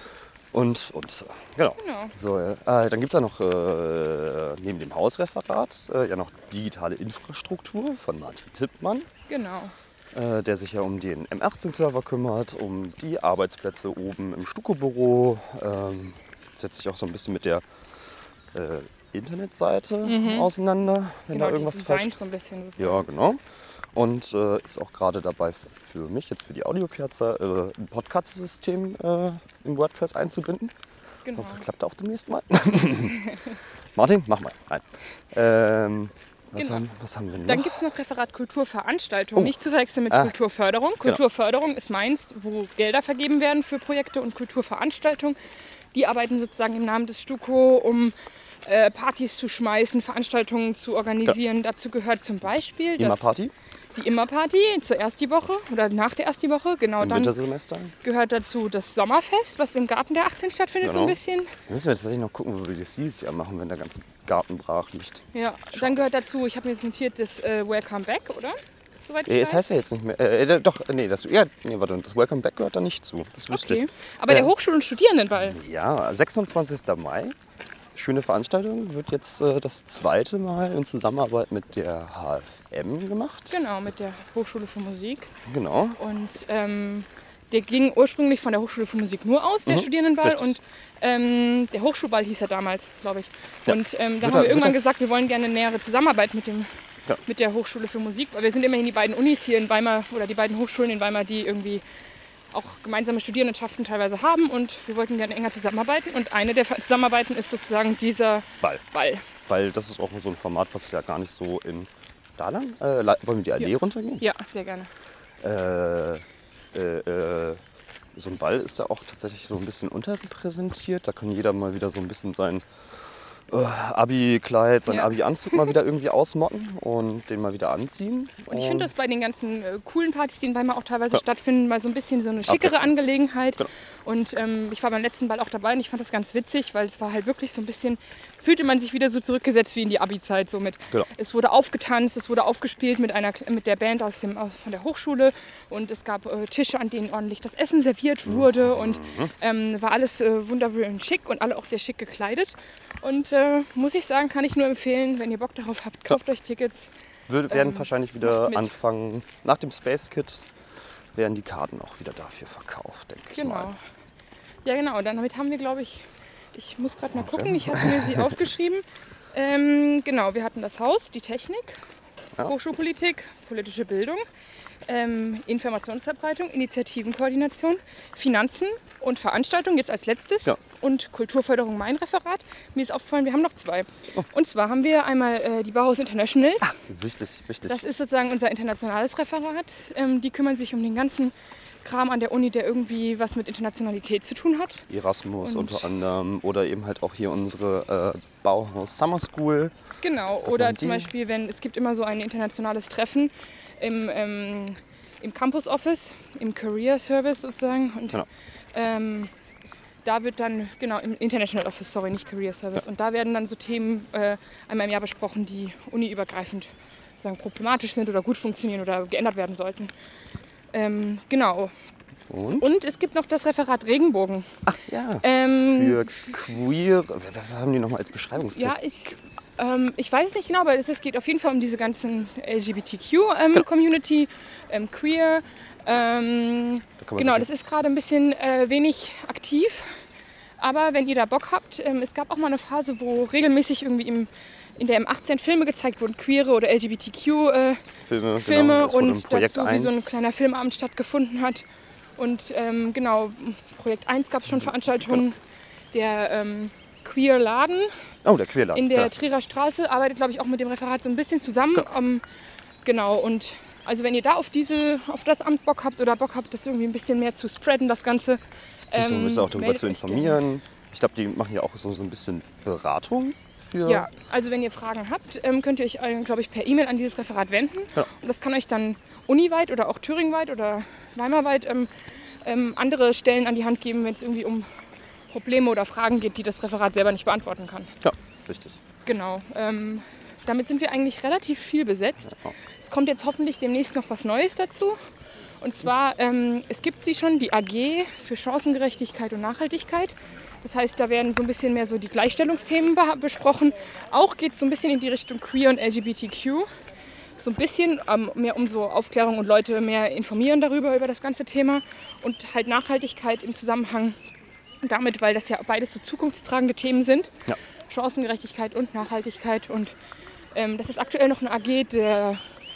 Und, und, genau. Genau. So, äh, dann gibt es ja noch äh, neben dem Hausreferat äh, ja noch digitale Infrastruktur von Martin Tippmann, Genau. äh, der sich ja um den M achtzehn-Server kümmert, um die Arbeitsplätze oben im Stuko-Büro, ähm, setzt sich auch so ein bisschen mit der äh, Internetseite Mhm. auseinander, wenn genau, da die irgendwas falsch Designs so ein bisschen. So ja, genau. Und äh, ist auch gerade dabei für mich, jetzt für die Audiopiazza, äh, ein Podcast-System äh, im WordPress einzubinden. Genau. Hoffe, klappt auch demnächst mal. Martin, mach mal. Nein. Ähm, was, Genau. haben, was haben wir noch? Dann gibt es noch Referat Kulturveranstaltung, Oh. nicht zu verwechseln mit Ah. Kulturförderung. Kulturförderung ist meins, wo Gelder vergeben werden für Projekte, und Kulturveranstaltung. Die arbeiten sozusagen im Namen des Stuko, um äh, Partys zu schmeißen, Veranstaltungen zu organisieren. Dazu gehört zum Beispiel Immer das, Party die Immerparty, zuerst die Woche oder nach der ersten Woche. Genau, im dann Wintersemester. gehört dazu das Sommerfest, was im Garten der achtzehn stattfindet, so Genau. ein bisschen. Da müssen wir tatsächlich noch gucken, wo wir das dieses Jahr machen, wenn der ganze Garten brach liegt. Ja, dann gehört dazu, ich habe mir jetzt notiert, das äh, Welcome Back, oder? Soweit ich Äh, es weiß. heißt ja jetzt nicht mehr. Äh, äh, doch, nee, das, ja, nee, warte, das Welcome Back gehört da nicht zu. Das wüsste Okay. ich. Aber der Äh, Hochschul- und Studierendenball. Ja, sechsundzwanzigster Mai. Schöne Veranstaltung. Wird jetzt äh, das zweite Mal in Zusammenarbeit mit der H F M gemacht. Genau, mit der Hochschule für Musik. Genau. Und ähm, der ging ursprünglich von der Hochschule für Musik nur aus, der Mhm, Studierendenball. richtig. Und ähm, der Hochschulball hieß er damals, glaube ich. Ja. Und ähm, da Wird haben er- wir irgendwann wird er- gesagt, wir wollen gerne eine nähere Zusammenarbeit mit, dem, Ja. mit der Hochschule für Musik. Weil wir sind immerhin die beiden Unis hier in Weimar oder die beiden Hochschulen in Weimar, die irgendwie auch gemeinsame Studierendenschaften teilweise haben. Und wir wollten gerne enger zusammenarbeiten. Und eine der Zusammenarbeiten ist sozusagen dieser Ball. Ball. Weil das ist auch so ein Format, was ja gar nicht so in. Da lang? Äh, la- wollen wir die Allee Ja. runtergehen? Ja, sehr gerne. Äh, äh, äh, so ein Ball ist ja auch tatsächlich so ein bisschen unterrepräsentiert. Da kann jeder mal wieder so ein bisschen sein äh, Abi-Kleid, seinen Ja. Abi-Anzug mal wieder irgendwie ausmotten und den mal wieder anziehen. Und ich finde das bei den ganzen äh, coolen Partys, die in Weimar auch teilweise Ja. stattfinden, mal so ein bisschen so eine schickere Abwechslung. Angelegenheit. Genau. Und ähm, ich war beim letzten Ball auch dabei und ich fand das ganz witzig, weil es war halt wirklich so ein bisschen, fühlte man sich wieder so zurückgesetzt wie in die Abi-Zeit. So mit, Genau. Es wurde aufgetanzt, es wurde aufgespielt mit, einer, mit der Band aus dem, aus, von der Hochschule und es gab äh, Tische, an denen ordentlich das Essen serviert wurde und ähm, war alles äh, wunderschön schick und alle auch sehr schick gekleidet. Und äh, muss ich sagen, kann ich nur empfehlen, wenn ihr Bock darauf habt, kauft euch Tickets. Wir werden Ähm, wahrscheinlich wieder macht mit. anfangen, nach dem Space Kit werden die Karten auch wieder dafür verkauft, denke ich Genau. mal. Ja, genau. Und damit haben wir, glaube ich, ich muss gerade mal Okay. gucken, ich hatte mir sie aufgeschrieben. Ähm, genau, wir hatten das Haus, die Technik, Ja. Hochschulpolitik, politische Bildung, ähm, Informationsverbreitung, Initiativenkoordination, Finanzen und Veranstaltung jetzt als letztes Ja. und Kulturförderung mein Referat. Mir ist aufgefallen, wir haben noch zwei. Oh. Und zwar haben wir einmal äh, die Bauhaus Internationals. Wichtig, wichtig. Das ist sozusagen unser internationales Referat. Ähm, die kümmern sich um den ganzen Kram an der Uni, der irgendwie was mit Internationalität zu tun hat. Erasmus Und- unter anderem oder eben halt auch hier unsere äh, Bauhaus Summer School. Genau, Dass oder man zum die- Beispiel, wenn es gibt immer so ein internationales Treffen im, ähm, im Campus Office, im Career Service sozusagen. Und Genau. ähm, da wird dann, genau, im International Office, sorry, nicht Career Service. Und da werden dann so Themen äh, einmal im Jahr besprochen, die uniübergreifend sagen, problematisch sind oder gut funktionieren oder geändert werden sollten. Ähm, genau. Und? Und es gibt noch das Referat Regenbogen. Ja. Ähm, Für queer. Was haben die nochmal als Beschreibungstext? Ja, ich, ähm, ich weiß es nicht genau, aber es, es geht auf jeden Fall um diese ganzen L G B T Q-Community, ähm, queer. Ähm, Da kann man genau, sich- das ist gerade ein bisschen äh, wenig aktiv. Aber wenn ihr da Bock habt, ähm, es gab auch mal eine Phase, wo regelmäßig irgendwie im, in der M achtzehn Filme gezeigt wurden, queere oder L G B T Q-Filme Filme, Filme genau, das wurde im und Projekt dazu wie so ein eins. kleiner Filmabend stattgefunden hat. Und ähm, genau, Projekt eins gab es schon Veranstaltungen. Der ähm, Queer Laden Oh, der Queerladen. in der ja. Trierer Straße arbeitet, glaube ich, auch mit dem Referat so ein bisschen zusammen. Ja. Ähm, genau, und also wenn ihr da auf, diese, auf das Amt Bock habt oder Bock habt, das irgendwie ein bisschen mehr zu spreaden, das Ganze. Sich so ein ähm, bisschen auch darüber meldet zu euch gerne. informieren. Ich glaube, die machen ja auch so, so ein bisschen Beratung für. Ja, also wenn ihr Fragen habt, ähm, könnt ihr euch, äh, glaube ich, per E-Mail an dieses Referat wenden. Ja. Und das kann euch dann uniweit oder auch thüringweit oder weimarweit ähm, ähm, andere Stellen an die Hand geben, wenn es irgendwie um Probleme oder Fragen geht, die das Referat selber nicht beantworten kann. Ja, richtig. Genau. Ähm, damit sind wir eigentlich relativ viel besetzt. Ja. Es kommt jetzt hoffentlich demnächst noch was Neues dazu. Und zwar, ähm, es gibt sie schon, die A G für Chancengerechtigkeit und Nachhaltigkeit. Das heißt, da werden so ein bisschen mehr so die Gleichstellungsthemen be- besprochen. Auch geht es so ein bisschen in die Richtung Queer und L G B T Q. So ein bisschen ähm, mehr um so Aufklärung und Leute mehr informieren darüber, über das ganze Thema. Und halt Nachhaltigkeit im Zusammenhang damit, weil das ja beides so zukunftstragende Themen sind. Ja. Chancengerechtigkeit und Nachhaltigkeit. Und ähm, das ist aktuell noch eine A G der,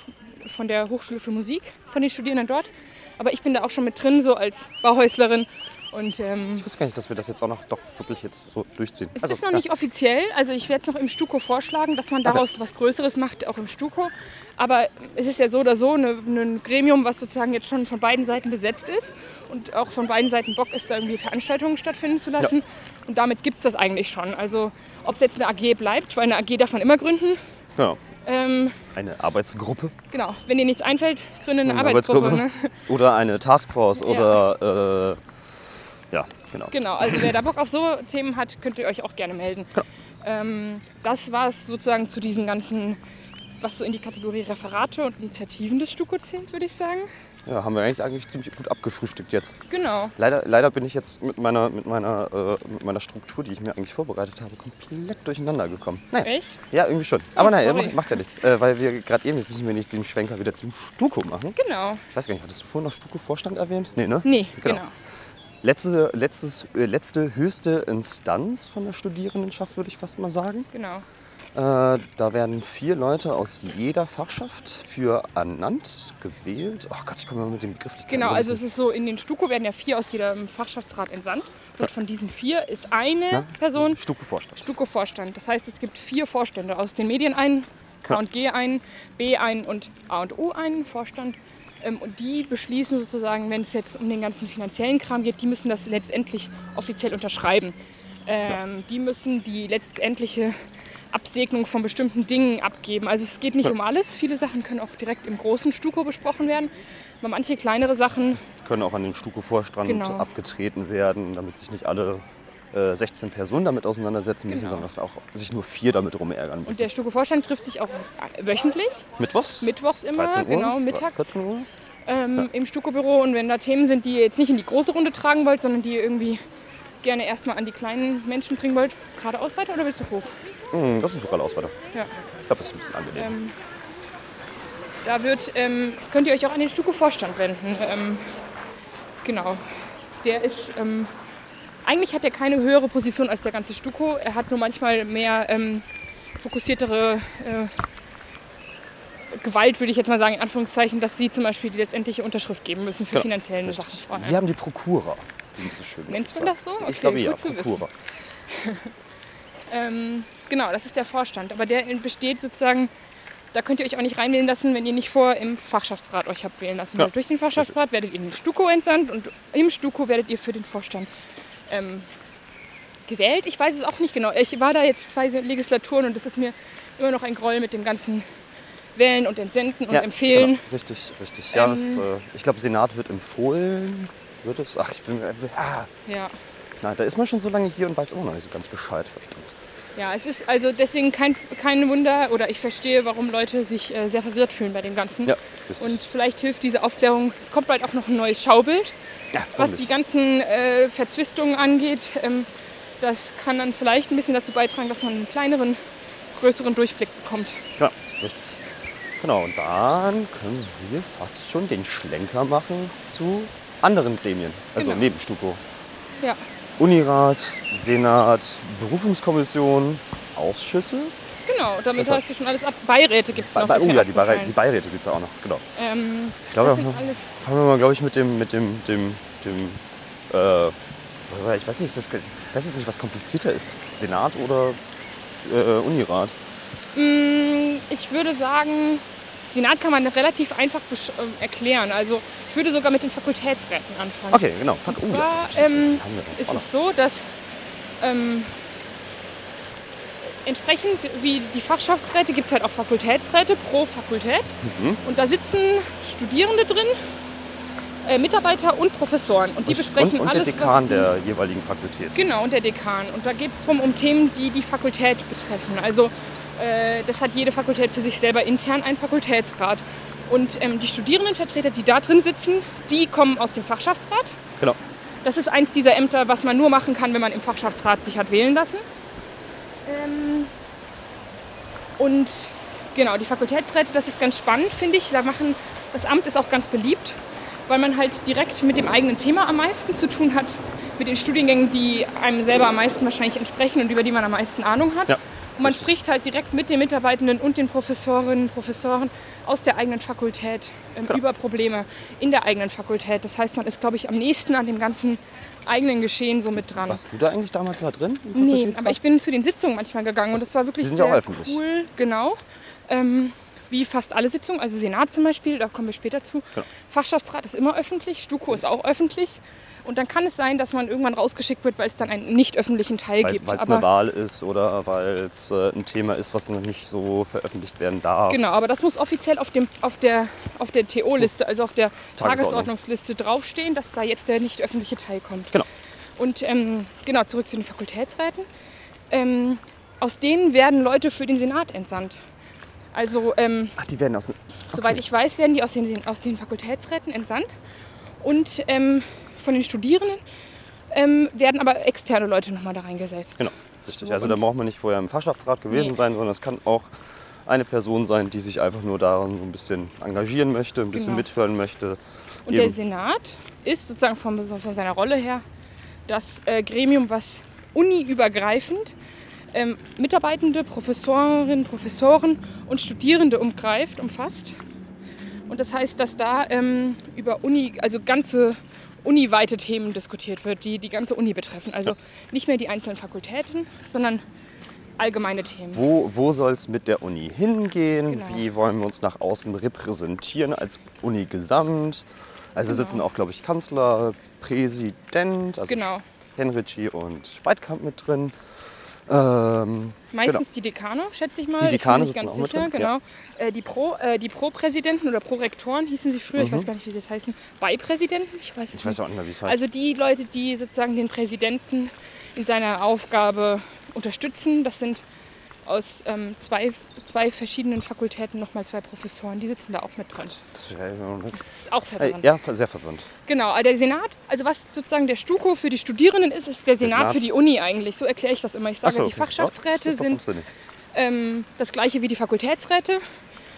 von der Hochschule für Musik, von den Studierenden dort. Aber ich bin da auch schon mit drin, so als Bauhäuslerin. Und ähm, Ich wusste gar nicht, dass wir das jetzt auch noch doch wirklich jetzt so durchziehen. es Also, ist noch ja. nicht offiziell. Also ich werde es noch im Stuko vorschlagen, dass man Okay. daraus was Größeres macht, auch im Stuko. Aber es ist ja so oder so eine- ein Gremium, was sozusagen jetzt schon von beiden Seiten besetzt ist und auch von beiden Seiten Bock ist, da irgendwie Veranstaltungen stattfinden zu lassen. Und damit gibt es das eigentlich schon. Also ob es jetzt eine A G bleibt, weil eine A G darf man immer gründen. Ja. Ähm, Eine Arbeitsgruppe. genau, wenn dir nichts einfällt, gründe eine, Eine Arbeitsgruppe. Arbeitsgruppe. Ne? Oder eine Taskforce Ja. oder äh, ja, genau. Genau, also wer da Bock auf so Themen hat, könnt ihr euch auch gerne melden. Genau. Ähm, das war es sozusagen zu diesen ganzen, was so in die Kategorie Referate und Initiativen des Stuko zählt, würde ich sagen. Ja, haben wir eigentlich, eigentlich ziemlich gut abgefrühstückt jetzt. Genau. Leider, leider bin ich jetzt mit meiner, mit, meiner, äh, mit meiner Struktur, die ich mir eigentlich vorbereitet habe, komplett durcheinander gekommen. Naja, Echt? ja, irgendwie schon. Aber naja, sorry. macht, macht ja nichts. Äh, weil wir gerade eben, jetzt müssen wir nicht den Schwenker wieder zum Stuko machen. Genau. Ich weiß gar nicht, hattest du vorhin noch Stuko-Vorstand erwähnt? Nee, ne? Nee, Genau. genau. Letzte, letztes, äh, letzte höchste Instanz von der Studierendenschaft, würde ich fast mal sagen. Genau. Äh, da werden vier Leute aus jeder Fachschaft für ernannt, gewählt. Ach Gott, ich komme mal mit dem Begriff nicht Genau, klar. also es ist so, in den Stuko werden ja vier aus jedem Fachschaftsrat entsandt. Und von diesen vier ist eine Na? Person Stuko-Vorstand. Stuko-Vorstand. Das heißt, es gibt vier Vorstände aus den Medien einen, K und G einen, B einen und A und O einen Vorstand. Ähm, Und die beschließen sozusagen, wenn es jetzt um den ganzen finanziellen Kram geht, die müssen das letztendlich offiziell unterschreiben. Ähm, die müssen die letztendliche Absegnung von bestimmten Dingen abgeben. Also es geht nicht Ja. um alles. Viele Sachen können auch direkt im großen Stuko besprochen werden. Aber manche kleinere Sachen, Können auch an den Stuko-Vorstand Genau. abgetreten werden, damit sich nicht alle äh, sechzehn Personen damit auseinandersetzen müssen, Genau. sondern dass auch sich nur vier damit rumärgern müssen. und der Stuko-Vorstand trifft sich auch wöchentlich, Mittwochs? mittwochs immer, dreizehn Uhr? genau, mittags. vierzehn Uhr? ähm, im Stuko-Büro. Und wenn da Themen sind, die ihr jetzt nicht in die große Runde tragen wollt, sondern die ihr irgendwie gerne erstmal an die kleinen Menschen bringen wollt, geradeaus weiter oder willst du hoch? Hm, das ist sogar aus weiter. Ja. Ich glaube, das ist ein bisschen angenehm. Ähm, Da wird, ähm, könnt ihr euch auch an den STUKO-Vorstand wenden. Ähm, genau. Der ist, ähm, eigentlich hat er keine höhere Position als der ganze STUKO. Er hat nur manchmal mehr ähm, fokussiertere äh, Gewalt, würde ich jetzt mal sagen, in Anführungszeichen, dass sie zum Beispiel die letztendliche Unterschrift geben müssen für Genau. finanzielle Sachen vorher. Sie haben die Prokura. Wie es so schön Nennt man sagt. das so? Okay, Ich glaube ja, gut zu Prokura. Ähm, genau, das ist der Vorstand. Aber der besteht sozusagen, da könnt ihr euch auch nicht reinwählen lassen, wenn ihr nicht vor im Fachschaftsrat euch habt wählen lassen. Ja. Weil durch den Fachschaftsrat werdet ihr in den STUKO entsandt und im STUKO werdet ihr für den Vorstand ähm, gewählt. Ich weiß es auch nicht genau. Ich war da jetzt zwei Legislaturen und das ist mir immer noch ein Groll mit dem ganzen Wählen und Entsenden und Ja, Empfehlen. Genau. Richtig, richtig. Ja, das, Ähm, äh, ich glaube, Senat wird empfohlen. Wird es? Ach, ich bin. Äh, ah. Ja. Na, da ist man schon so lange hier und weiß immer noch nicht so ganz Bescheid. Verdammt. Ja, es ist also deswegen kein, kein Wunder oder ich verstehe, warum Leute sich äh, sehr verwirrt fühlen bei dem Ganzen. Ja, richtig. Und vielleicht hilft diese Aufklärung, es kommt bald auch noch ein neues Schaubild, Ja, was die ganzen äh, Verzwistungen angeht. Ähm, das kann dann vielleicht ein bisschen dazu beitragen, dass man einen kleineren, größeren Durchblick bekommt. Ja, richtig. Genau, und dann können wir fast schon den Schlenker machen zu anderen Gremien. Also Genau. neben STUKO. Ja, Unirat, Senat, Berufungskommission, Ausschüsse. genau, damit Das hast du schon alles ab. Beiräte gibt es Bei, noch. bei, ist oh mir ja, die, Beirä aufgefallen. die Beiräte gibt es auch noch. Genau. Ähm, Ich glaube, das da sind alles, fangen wir mal, glaube ich, mit dem, mit dem, dem, dem, äh, ich weiß nicht, das, ich weiß jetzt nicht, was komplizierter ist. Senat oder äh, Unirat? mh, ich würde sagen, Senat kann man relativ einfach besch- äh, erklären. Also ich würde sogar mit den Fakultätsräten anfangen. Okay, genau. Und Oh, zwar ja, ähm, die haben wir noch. ist Oh, es so, dass ähm, entsprechend wie die Fachschaftsräte gibt es halt auch Fakultätsräte pro Fakultät. Mhm. Und da sitzen Studierende drin, äh, Mitarbeiter und Professoren. Und die besprechen und, und alles, der Dekan was die, der jeweiligen Fakultät. Genau, und der Dekan. Und da geht es darum, um Themen, die die Fakultät betreffen. Also äh, das hat jede Fakultät für sich selber intern einen Fakultätsrat. Und ähm, die Studierendenvertreter, die da drin sitzen, die kommen aus dem Fachschaftsrat. Genau. Das ist eins dieser Ämter, was man nur machen kann, wenn man im Fachschaftsrat sich hat wählen lassen. Ähm, und genau, die Fakultätsräte, das ist ganz spannend, finde ich. Da machen, das Amt ist auch ganz beliebt, weil man halt direkt mit dem eigenen Thema am meisten zu tun hat, mit den Studiengängen, die einem selber am meisten wahrscheinlich entsprechen und über die man am meisten Ahnung hat. Ja, und man richtig. spricht halt direkt mit den Mitarbeitenden und den Professorinnen und Professoren aus der eigenen Fakultät ähm, Genau. über Probleme in der eigenen Fakultät. Das heißt, man ist, glaube ich, am nächsten an dem ganzen eigenen Geschehen so mit dran. Warst du da eigentlich damals mal drin? im Nee, Fakultätsrat? aber ich bin zu den Sitzungen manchmal gegangen und das war wirklich Die sind ja sehr auch öffentlich. cool. Genau. Ähm, wie fast alle Sitzungen, also Senat zum Beispiel, da kommen wir später zu. Genau. Fachschaftsrat ist immer öffentlich, STUKO ist auch öffentlich. Und dann kann es sein, dass man irgendwann rausgeschickt wird, weil es dann einen nicht öffentlichen Teil Weil gibt. es Aber eine Wahl ist oder weil es äh, ein Thema ist, was noch nicht so veröffentlicht werden darf. genau, aber das muss offiziell auf, dem, auf der, auf der T O-Liste, also auf der Tagesordnung. Tagesordnungsliste draufstehen, dass da jetzt der nicht öffentliche Teil kommt. Genau. Und ähm, genau, zurück zu den Fakultätsräten. Ähm, aus denen werden Leute für den Senat entsandt. Also, ähm, Ach, die werden aus dem... soweit ich weiß, werden die aus den, aus den Fakultätsräten entsandt. Und ähm, von den Studierenden ähm, werden aber externe Leute nochmal da reingesetzt. Genau, richtig. So, Also und- da braucht man nicht vorher im Fachschaftsrat gewesen Nee. sein, sondern es kann auch eine Person sein, die sich einfach nur daran so ein bisschen engagieren möchte, ein bisschen Genau. mithören möchte. Und Eben. der Senat ist sozusagen von, von seiner Rolle her das äh, Gremium, was uniübergreifend ähm, Mitarbeitende, Professorinnen, Professoren und Studierende umgreift, umfasst. Und das heißt, dass da ähm, über Uni, also ganze uniweite Themen diskutiert wird, die die ganze Uni betreffen. Also Ja. nicht mehr die einzelnen Fakultäten, sondern allgemeine Themen. Wo, wo soll es mit der Uni hingehen? Genau. Wie wollen wir uns nach außen repräsentieren als Uni gesamt? Also Genau. sitzen auch, glaube ich, Kanzler, Präsident, also Genau. Henrici und Speitkamp mit drin. Ähm, Meistens genau. die Dekane, schätze ich mal. Die Dekane ich bin sitzen nicht auch ganz mit sicher. drin, Genau. Äh, die Pro, äh, die Pro-Präsidenten oder Pro-Rektoren hießen sie früher. Ich Mhm. weiß gar nicht, wie sie jetzt heißen. Beipräsidenten? Ich weiß es Ich weiß nicht. auch nicht mehr, wie es heißt. Also die Leute, die sozusagen den Präsidenten in seiner Aufgabe unterstützen, das sind aus ähm, zwei, zwei verschiedenen Fakultäten nochmal zwei Professoren. Die sitzen da auch mit drin. das wäre Das ist auch äh, verwirrend. ja, sehr verwirrend. Genau, aber der Senat, also was sozusagen der STUKO für die Studierenden ist, ist der Senat, Senat. für die Uni eigentlich. So erkläre ich das immer. Ich Ach sage, so, die okay. Fachschaftsräte Ja, sind super, ähm, das gleiche wie die Fakultätsräte.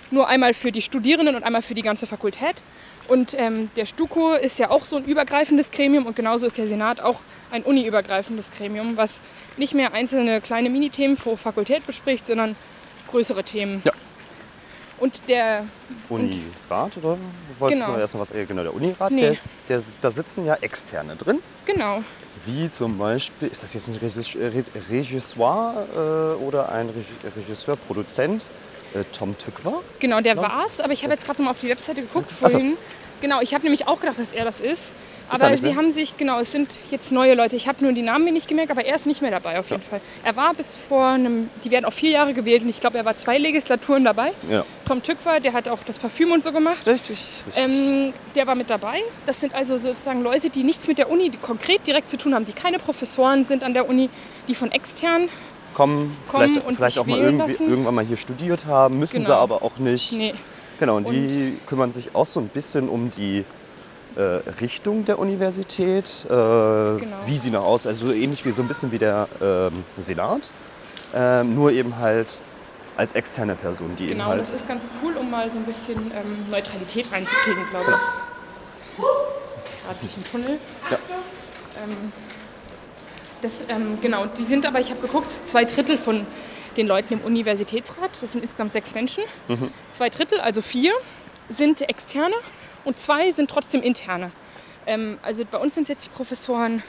nur einmal für die Studierenden und einmal für die ganze Fakultät. Und ähm, der STUKO ist ja auch so ein übergreifendes Gremium und genauso ist der Senat auch ein uni-übergreifendes Gremium, was nicht mehr einzelne kleine Minithemen pro Fakultät bespricht, sondern größere Themen. Ja. Und der Unirat, oder? Wolltest Genau. du erst noch was? Äh, Genau, der Unirat, Nee. der, der, da sitzen ja Externe drin. Genau. Wie zum Beispiel, ist das jetzt ein Regis- Re- Regisseur äh, oder ein Regi- Regisseur, Produzent? Äh, Tom Tykwer? Genau, der Ja. war's, aber ich habe jetzt gerade noch mal auf die Webseite geguckt Ach so. vorhin. Genau, ich habe nämlich auch gedacht, dass er das ist. er Aber nicht sie mehr? haben sich, genau, es sind jetzt neue Leute. Ich habe nur die Namen mir nicht gemerkt, aber er ist nicht mehr dabei auf jeden Ja. Fall. Er war bis vor einem, die werden auch vier Jahre gewählt und ich glaube, er war zwei Legislaturen dabei. Ja. Tom Tykwer, der hat auch das Parfüm und so gemacht. Richtig, richtig. Ähm, der war mit dabei. Das sind also sozusagen Leute, die nichts mit der Uni konkret direkt zu tun haben, die keine Professoren sind an der Uni, die von extern. kommen, kommen vielleicht, und vielleicht sich auch mal wählen irgendwie, lassen. irgendwann mal hier studiert haben, müssen sie Genau. aber auch nicht. Nee. Genau, und die kümmern sich auch so ein bisschen um die äh, Richtung der Universität, äh, wie sie nach außen, also so ähnlich wie so ein bisschen wie der ähm, Senat, ähm, nur eben halt als externe Person, die eben Genau, halt. das ist ganz cool, um mal so ein bisschen ähm, Neutralität reinzukriegen, glaube ich. Gerade durch den Tunnel. Ja. Ähm, das, ähm, genau, die sind aber, ich habe geguckt, zwei Drittel von den Leuten im Universitätsrat, das sind insgesamt sechs Menschen, Mhm. zwei Drittel, also vier, sind Externe und zwei sind trotzdem Interne. Ähm, also bei uns sind es jetzt die Professoren,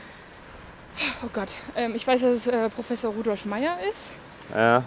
oh Gott, ähm, ich weiß, dass es äh, Professor Rudolf Meyer ist. Ja,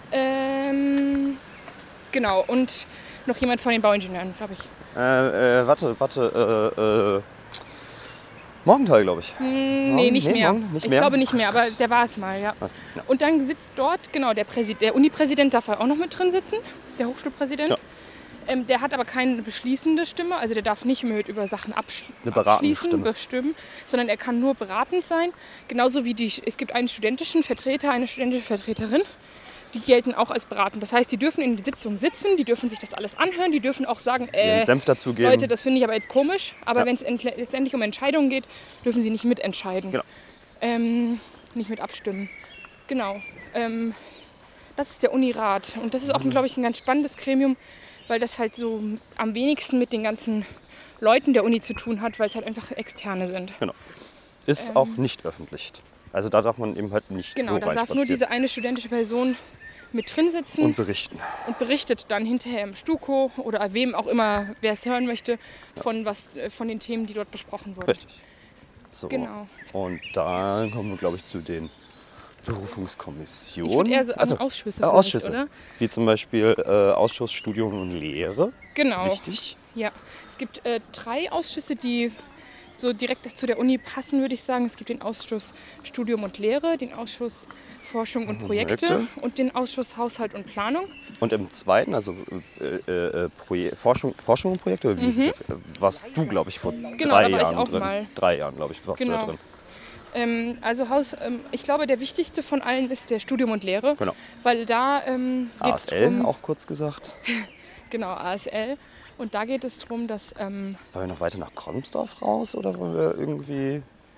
Ähm, genau, und noch jemand von den Bauingenieuren, glaube ich. äh, äh, warte, warte, äh, äh, Morgenthal, glaube ich. Hm, nee, Morgen? nicht Nee, mehr. morgen? Nicht ich mehr? glaube nicht mehr, aber der war es mal, ja. Ja. Und dann sitzt dort, genau, der, Präsid der Uni-Präsident darf auch noch mit drin sitzen, der Hochschulpräsident. Ja. Ähm, der hat aber keine beschließende Stimme, also der darf nicht mit über Sachen absch Eine beratende abschließen, Stimme. bestimmen, sondern er kann nur beratend sein. Genauso wie die, es gibt einen studentischen Vertreter, eine studentische Vertreterin, die gelten auch als beratend. Das heißt, die dürfen in der Sitzung sitzen, die dürfen sich das alles anhören, die dürfen auch sagen, äh, Ihren Senf dazugeben. Leute, das finde ich aber jetzt komisch. Aber Ja. wenn es letztendlich um Entscheidungen geht, dürfen sie nicht mitentscheiden. Genau. Ähm, nicht mit abstimmen. Genau. Ähm, das ist der Unirat. Und das ist Mhm. auch, glaube ich, ein ganz spannendes Gremium, weil das halt so am wenigsten mit den ganzen Leuten der Uni zu tun hat, weil es halt einfach Externe sind. Ist ähm, auch nicht öffentlich. Also da darf man eben halt nicht Genau, so da darf nur reinspazieren diese eine studentische Person mit drin sitzen und und, berichten. berichtet dann hinterher im STUKO oder wem auch immer, wer es hören möchte, von, was, äh, von den Themen, die dort besprochen wurden. Richtig. So. Genau. Und dann kommen wir, glaube ich, zu den Berufungskommissionen. Ich würde eher so an Also, Ausschüsse äh, vielleicht, Ausschüsse. oder? Wie zum Beispiel äh, Ausschuss Studium und Lehre. Genau. Wichtig. Ja. Es gibt äh, drei Ausschüsse, die so direkt zu der Uni passen, würde ich sagen. Es gibt den Ausschuss Studium und Lehre, den Ausschuss Forschung und Projekte, Projekte. und den Ausschuss Haushalt und Planung. Und im zweiten, also äh, äh, Proje Forschung, Forschung und Projekte, oder wie ist es jetzt? Äh, warst du, glaube ich, vor Genau, drei da war ich Jahren auch drin. mal. Drei Jahren, glaube ich, warst du Genau. da drin. Ähm, also Haus, ähm, ich glaube, der wichtigste von allen ist der Studium und Lehre, Genau. weil da ähm, geht A es S L darum, auch kurz gesagt. genau, A S L, und da geht es darum, dass ähm, Wollen wir noch weiter nach Kronsdorf raus oder wollen wir irgendwie...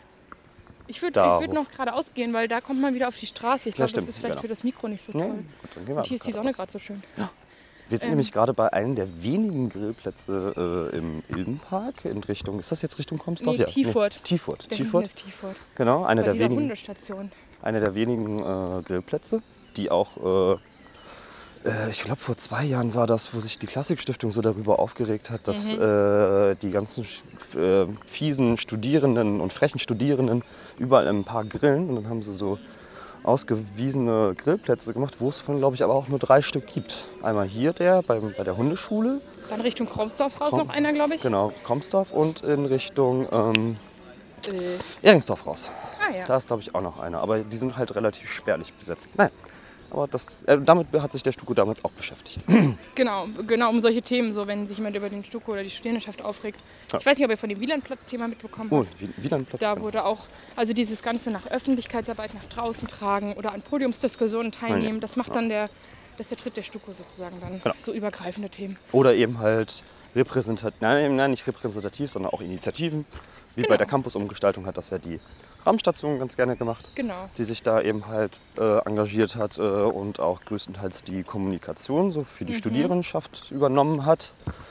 ich würde Da ich würd hoch. noch geradeaus gehen, weil da kommt man wieder auf die Straße. Ich Ja, glaube, stimmt, das ist vielleicht genau. für das Mikro nicht so Ja, toll. gut, dann gehen wir Und hier ist die einfach Sonne raus. gerade so schön. Wir sind Ähm. nämlich gerade bei einem der wenigen Grillplätze äh, im Ilmenpark in Richtung, ist das jetzt Richtung Kromsdorf? Nee, Tiefurt. Nee, Tiefurt, Der hinten Tiefurt. ist Tiefurt. Genau, einer Bei der, dieser wenigen, Hundestation. einer der wenigen äh, Grillplätze, die auch, äh, äh, ich glaube vor zwei Jahren war das, wo sich die Klassikstiftung so darüber aufgeregt hat, dass Mhm. äh, die ganzen sch- äh, fiesen Studierenden und frechen Studierenden überall im Park grillen. Und dann haben sie so ausgewiesene Grillplätze gemacht, wo es von, glaube ich, aber auch nur drei Stück gibt. Einmal hier der beim, bei der Hundeschule, Dann Richtung Kromsdorf raus Krom- noch einer, glaube ich. genau, Kromsdorf, und in Richtung ähm, Äh, Ehringsdorf raus. ah ja. Da ist, glaube ich, auch noch einer. Aber die sind halt relativ spärlich besetzt. Nein, aber das, äh, damit hat sich der STUKO damals auch beschäftigt. Genau, genau, um solche Themen, so wenn sich jemand über den STUKO oder die Studierendenschaft aufregt. Ja. Ich weiß nicht, ob ihr von dem Wielandplatz-Thema mitbekommen Oh, habt. wie- wieder ein Platz. Da genau. wurde auch, also dieses Ganze nach Öffentlichkeitsarbeit nach draußen tragen oder an Podiumsdiskussionen teilnehmen, Ja. das macht dann der, das vertritt der STUKO sozusagen dann. Genau. So übergreifende Themen. Oder eben halt repräsentativ, nein, nein, nicht repräsentativ, sondern auch Initiativen. Wie bei Genau. der Campusumgestaltung hat das ja die Raumstation ganz gerne gemacht, Genau. die sich da eben halt äh, engagiert hat äh, und auch größtenteils die Kommunikation so für die Mhm. Studierendenschaft übernommen hat.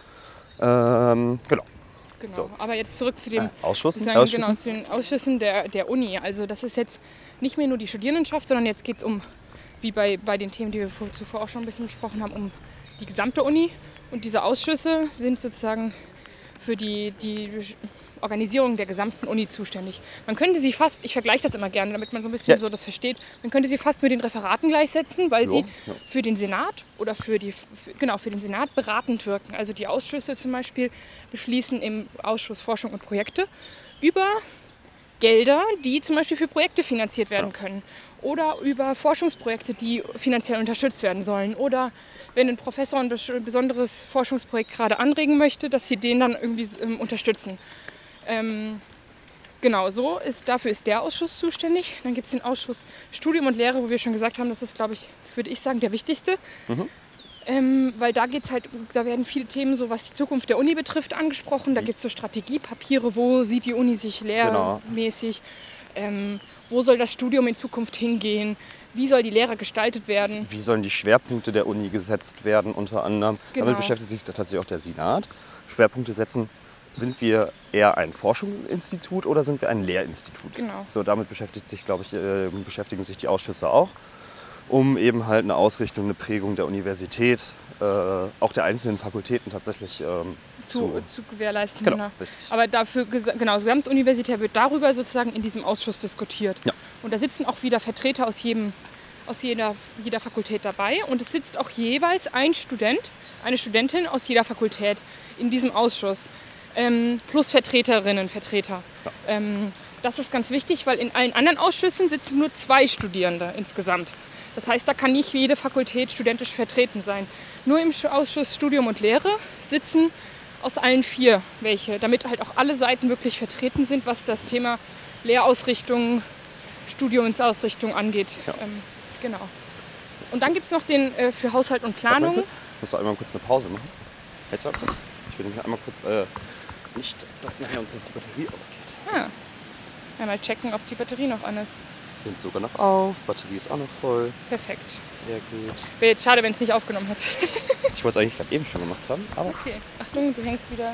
Ähm, genau. Genau. So. Aber jetzt zurück zu dem Äh, Ausschuss, sozusagen, Ausschüssen. genau, zu den Ausschüssen der, der Uni. Also das ist jetzt nicht mehr nur die Studierendenschaft, sondern jetzt geht es um, wie bei, bei den Themen, die wir vor, zuvor auch schon ein bisschen besprochen haben, um die gesamte Uni. Und diese Ausschüsse sind sozusagen für die, die Organisierung der gesamten Uni zuständig. Man könnte sie fast, ich vergleiche das immer gerne, damit man so ein bisschen Ja. so das versteht, man könnte sie fast mit den Referaten gleichsetzen, weil Jo, sie ja. für den Senat oder für die, für, genau, für den Senat beratend wirken. Also die Ausschüsse zum Beispiel beschließen im Ausschuss Forschung und Projekte über Gelder, die zum Beispiel für Projekte finanziert werden können. Oder über Forschungsprojekte, die finanziell unterstützt werden sollen. Oder wenn ein Professor ein bes- besonderes Forschungsprojekt gerade anregen möchte, dass sie den dann irgendwie ähm, unterstützen. Ähm, genau, so ist, dafür ist der Ausschuss zuständig. Dann gibt es den Ausschuss Studium und Lehre, wo wir schon gesagt haben, das ist, glaube ich, würde ich sagen, der wichtigste. Mhm. Ähm, weil da geht's halt, da werden viele Themen, so was die Zukunft der Uni betrifft, angesprochen. Da gibt es so Strategiepapiere, wo sieht die Uni sich Genau. lehrmäßig, ähm, wo soll das Studium in Zukunft hingehen, wie soll die Lehre gestaltet werden. Wie sollen die Schwerpunkte der Uni gesetzt werden, unter anderem? Genau. Damit beschäftigt sich tatsächlich auch der Senat. Schwerpunkte setzen. Sind wir eher ein Forschungsinstitut oder sind wir ein Lehrinstitut? Genau. So, damit beschäftigt sich, glaube ich, äh, beschäftigen sich die Ausschüsse auch, um eben halt eine Ausrichtung, eine Prägung der Universität, äh, auch der einzelnen Fakultäten tatsächlich ähm, Zu, zu gewährleisten. Genau, Genau. richtig. Aber dafür, gesa- genau, gesamtuniversitär wird darüber sozusagen in diesem Ausschuss diskutiert. Ja. Und da sitzen auch wieder Vertreter aus, jedem, aus jeder, jeder Fakultät dabei. Und es sitzt auch jeweils ein Student, eine Studentin aus jeder Fakultät in diesem Ausschuss. Ähm, plus Vertreterinnen, Vertreter. Ja. Ähm, das ist ganz wichtig, weil in allen anderen Ausschüssen sitzen nur zwei Studierende insgesamt. Das heißt, da kann nicht jede Fakultät studentisch vertreten sein. Nur im Ausschuss Studium und Lehre sitzen aus allen vier welche, damit halt auch alle Seiten wirklich vertreten sind, was das Thema Lehrausrichtung, Studiumsausrichtung angeht. Ja. Ähm, genau. Und dann gibt es noch den äh, für Haushalt und Warte mal Planung. kurz. Ich muss doch einmal kurz eine Pause machen. Hältst du mal kurz? Ich will nämlich einmal kurz, äh, nicht, dass nachher uns noch die Batterie ausgeht. Ah. Einmal checken, ob die Batterie noch an ist. Es nimmt sogar noch auf, Batterie ist auch noch voll. Perfekt. Sehr gut. Wäre jetzt schade, wenn es nicht aufgenommen hätte. Ich wollte es eigentlich gerade eben schon gemacht haben, aber Okay, Achtung, du hängst wieder.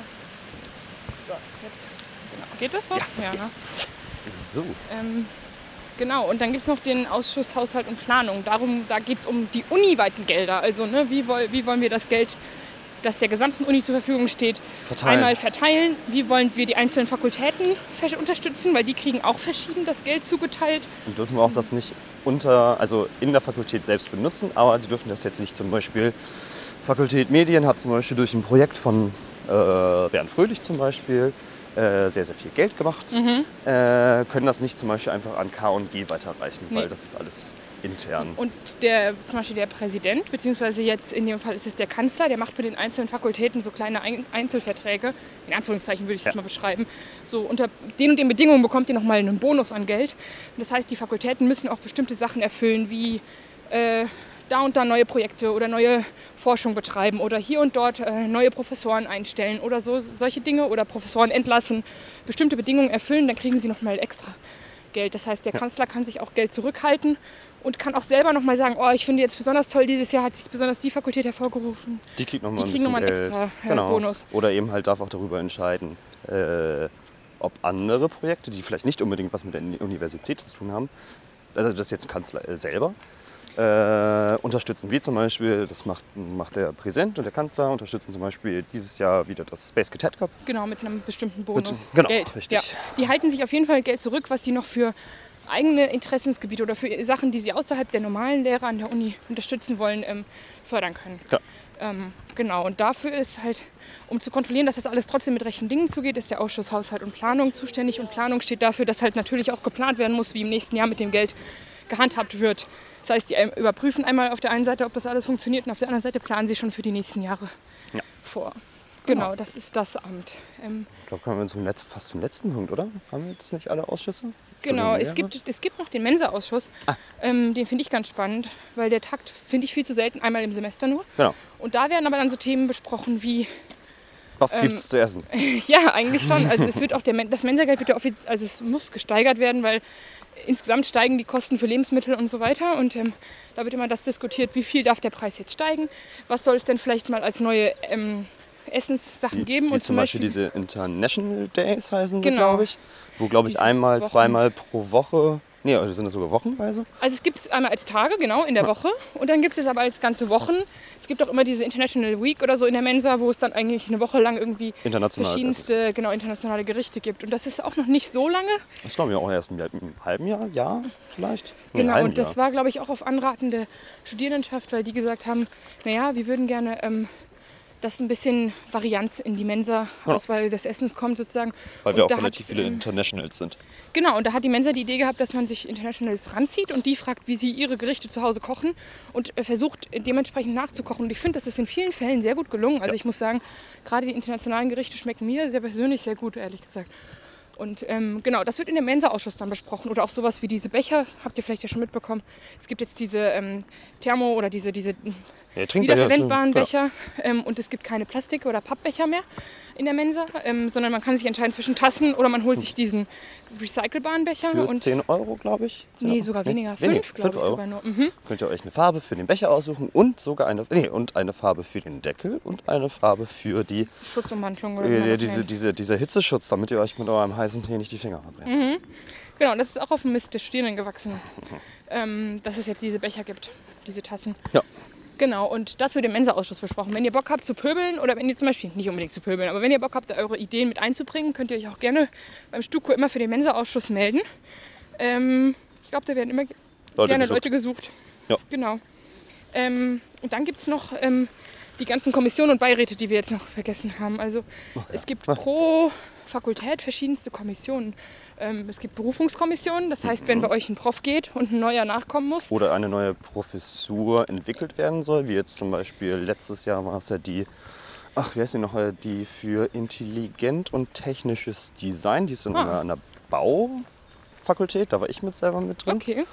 So, jetzt. Genau. Geht das so? ja, das ne? geht's. So, Ähm, genau, und dann gibt es noch den Ausschuss Haushalt und Planung. Darum, da geht es um die uniweiten Gelder. Also ne, wie, woll, wie wollen wir das Geld, das der gesamten Uni zur Verfügung steht, verteilen. einmal verteilen? Wie wollen wir die einzelnen Fakultäten ver- unterstützen? Weil die kriegen auch verschieden das Geld zugeteilt. Und dürfen wir auch das nicht unter, also in der Fakultät selbst benutzen, aber die dürfen das jetzt nicht zum Beispiel, Fakultät Medien hat zum Beispiel durch ein Projekt von äh, Bernd Fröhlich zum Beispiel äh, sehr, sehr viel Geld gemacht, Mhm. äh, können das nicht zum Beispiel einfach an K und G weiterreichen, Nee. weil das ist alles intern. Und der, zum Beispiel der Präsident, beziehungsweise jetzt in dem Fall ist es der Kanzler, der macht mit den einzelnen Fakultäten so kleine Ein- Einzelverträge, in Anführungszeichen würde ich das Ja. mal beschreiben. So unter den und den Bedingungen bekommt ihr nochmal einen Bonus an Geld. Das heißt, die Fakultäten müssen auch bestimmte Sachen erfüllen, wie äh, da und da neue Projekte oder neue Forschung betreiben oder hier und dort äh, neue Professoren einstellen oder so, solche Dinge oder Professoren entlassen, bestimmte Bedingungen erfüllen, dann kriegen sie nochmal extra Geld. Das heißt, der Kanzler kann sich auch Geld zurückhalten und kann auch selber nochmal sagen, oh, ich finde jetzt besonders toll, dieses Jahr hat sich besonders die Fakultät hervorgerufen. Die kriegt nochmal Die ein kriegen bisschen noch mal einen Geld. extra, äh, genau. Bonus. Oder eben halt darf auch darüber entscheiden, äh, ob andere Projekte, die vielleicht nicht unbedingt was mit der Universität zu tun haben, also das ist jetzt Kanzler äh, selber, äh, unterstützen. Wie zum Beispiel, das macht, macht der Präsident und der Kanzler, unterstützen zum Beispiel dieses Jahr wieder das Space Cadet Cup. Genau, mit einem bestimmten Bonus. genau, Geld. richtig. Ja. Die halten sich auf jeden Fall Geld zurück, was sie noch für eigene Interessensgebiete oder für Sachen, die sie außerhalb der normalen Lehre an der Uni unterstützen wollen, ähm, fördern können. Ja. Ähm, genau, und dafür ist halt, um zu kontrollieren, dass das alles trotzdem mit rechten Dingen zugeht, ist der Ausschuss Haushalt und Planung zuständig. Und Planung steht dafür, dass halt natürlich auch geplant werden muss, wie im nächsten Jahr mit dem Geld gehandhabt wird. Das heißt, die überprüfen einmal auf der einen Seite, ob das alles funktioniert, und auf der anderen Seite planen sie schon für die nächsten Jahre Ja. vor. Genau, das ist das Amt. Ähm, Ich glaube, kommen wir zum Letz-, fast zum letzten Punkt, oder? Haben wir jetzt nicht alle Ausschüsse? Genau, Studium- es gibt, es gibt noch den Mensa-Ausschuss. Ähm, den finde ich ganz spannend, weil der Takt finde ich viel zu selten, einmal im Semester nur. Genau. Und da werden aber dann so Themen besprochen wie Was Ähm, gibt's zu essen? Ja, eigentlich schon. Also es wird auch der, Men- das Mensageld wird ja offi- also es muss gesteigert werden, weil insgesamt steigen die Kosten für Lebensmittel und so weiter. Und ähm, da wird immer das diskutiert, wie viel darf der Preis jetzt steigen? Was soll es denn vielleicht mal als neue ähm, Essenssachen Wie, geben? wie Und zum Beispiel diese International Days heißen sie, Genau. glaube ich. Wo, glaube ich, Diese einmal, Wochen. zweimal pro Woche, nee, also sind das sogar wochenweise? Also es gibt es einmal als Tage, genau, in der Woche. Und dann gibt es aber als ganze Wochen. Es gibt auch immer diese International Week oder so in der Mensa, wo es dann eigentlich eine Woche lang irgendwie International verschiedenste, genau, internationale Gerichte gibt. Und das ist auch noch nicht so lange. Das glaube ich auch erst im halben Jahr, Jahr vielleicht. Nee, Genau, halben und das Jahr. war, glaube ich, auch auf Anraten der Studierendenschaft, weil die gesagt haben, naja, wir würden gerne, ähm, dass ein bisschen Varianz in die Mensa-Auswahl des Essens kommt sozusagen. Weil wir Und auch da relativ hat, viele ähm, Internationals sind. Genau, und da hat die Mensa die Idee gehabt, dass man sich Internationals ranzieht und die fragt, wie sie ihre Gerichte zu Hause kochen und äh, versucht dementsprechend nachzukochen. Und ich finde, das ist in vielen Fällen sehr gut gelungen. Also Ja. ich muss sagen, gerade die internationalen Gerichte schmecken mir sehr persönlich sehr gut, ehrlich gesagt. Und ähm, genau, das wird in dem Mensa-Ausschuss dann besprochen. Oder auch sowas wie diese Becher, habt ihr vielleicht ja schon mitbekommen. Es gibt jetzt diese ähm, Thermo- oder diese, diese Ja, Trinkbecher wiederverwendbaren sind- Becher ähm, und es gibt keine Plastik- oder Pappbecher mehr in der Mensa, ähm, sondern man kann sich entscheiden zwischen Tassen oder man holt sich diesen recycelbaren Becher. Für und zehn Euro, glaube ich. zehn Nee, Euro? sogar weniger. weniger. Fünf, glaube ich Euro. sogar nur. Mhm. Könnt ihr euch eine Farbe für den Becher aussuchen und sogar eine, nee, und eine Farbe für den Deckel und eine Farbe für die, Schutzummantelung oder wie man äh, das diese, nennt. diese, dieser Hitzeschutz, damit ihr euch mit eurem heißen Tee nicht die Finger verbrennt. Genau, das ist auch auf dem Mist der Studierenden gewachsen, ähm, dass es jetzt diese Becher gibt, diese Tassen. Ja. Genau, und das wird im Mensa-Ausschuss besprochen. Wenn ihr Bock habt zu pöbeln oder wenn ihr zum Beispiel, nicht unbedingt zu pöbeln, aber wenn ihr Bock habt, da eure Ideen mit einzubringen, könnt ihr euch auch gerne beim Stuko immer für den Mensa-Ausschuss melden. Ähm, ich glaube, da werden immer Leute gerne gesucht. Leute gesucht. Ja. Genau. Ähm, und dann gibt es noch ähm, die ganzen Kommissionen und Beiräte, die wir jetzt noch vergessen haben. Also es gibt pro Fakultät verschiedenste Kommissionen. Ähm, es gibt Berufungskommissionen, das heißt, wenn bei euch ein Prof geht und ein neuer nachkommen muss. Oder eine neue Professur entwickelt werden soll, wie jetzt zum Beispiel letztes Jahr war es ja die, ach, wie heißt die noch, äh, die für intelligent und technisches Design, die ist in Ah. einer, einer Baufakultät, da war ich mit selber mit drin. Okay.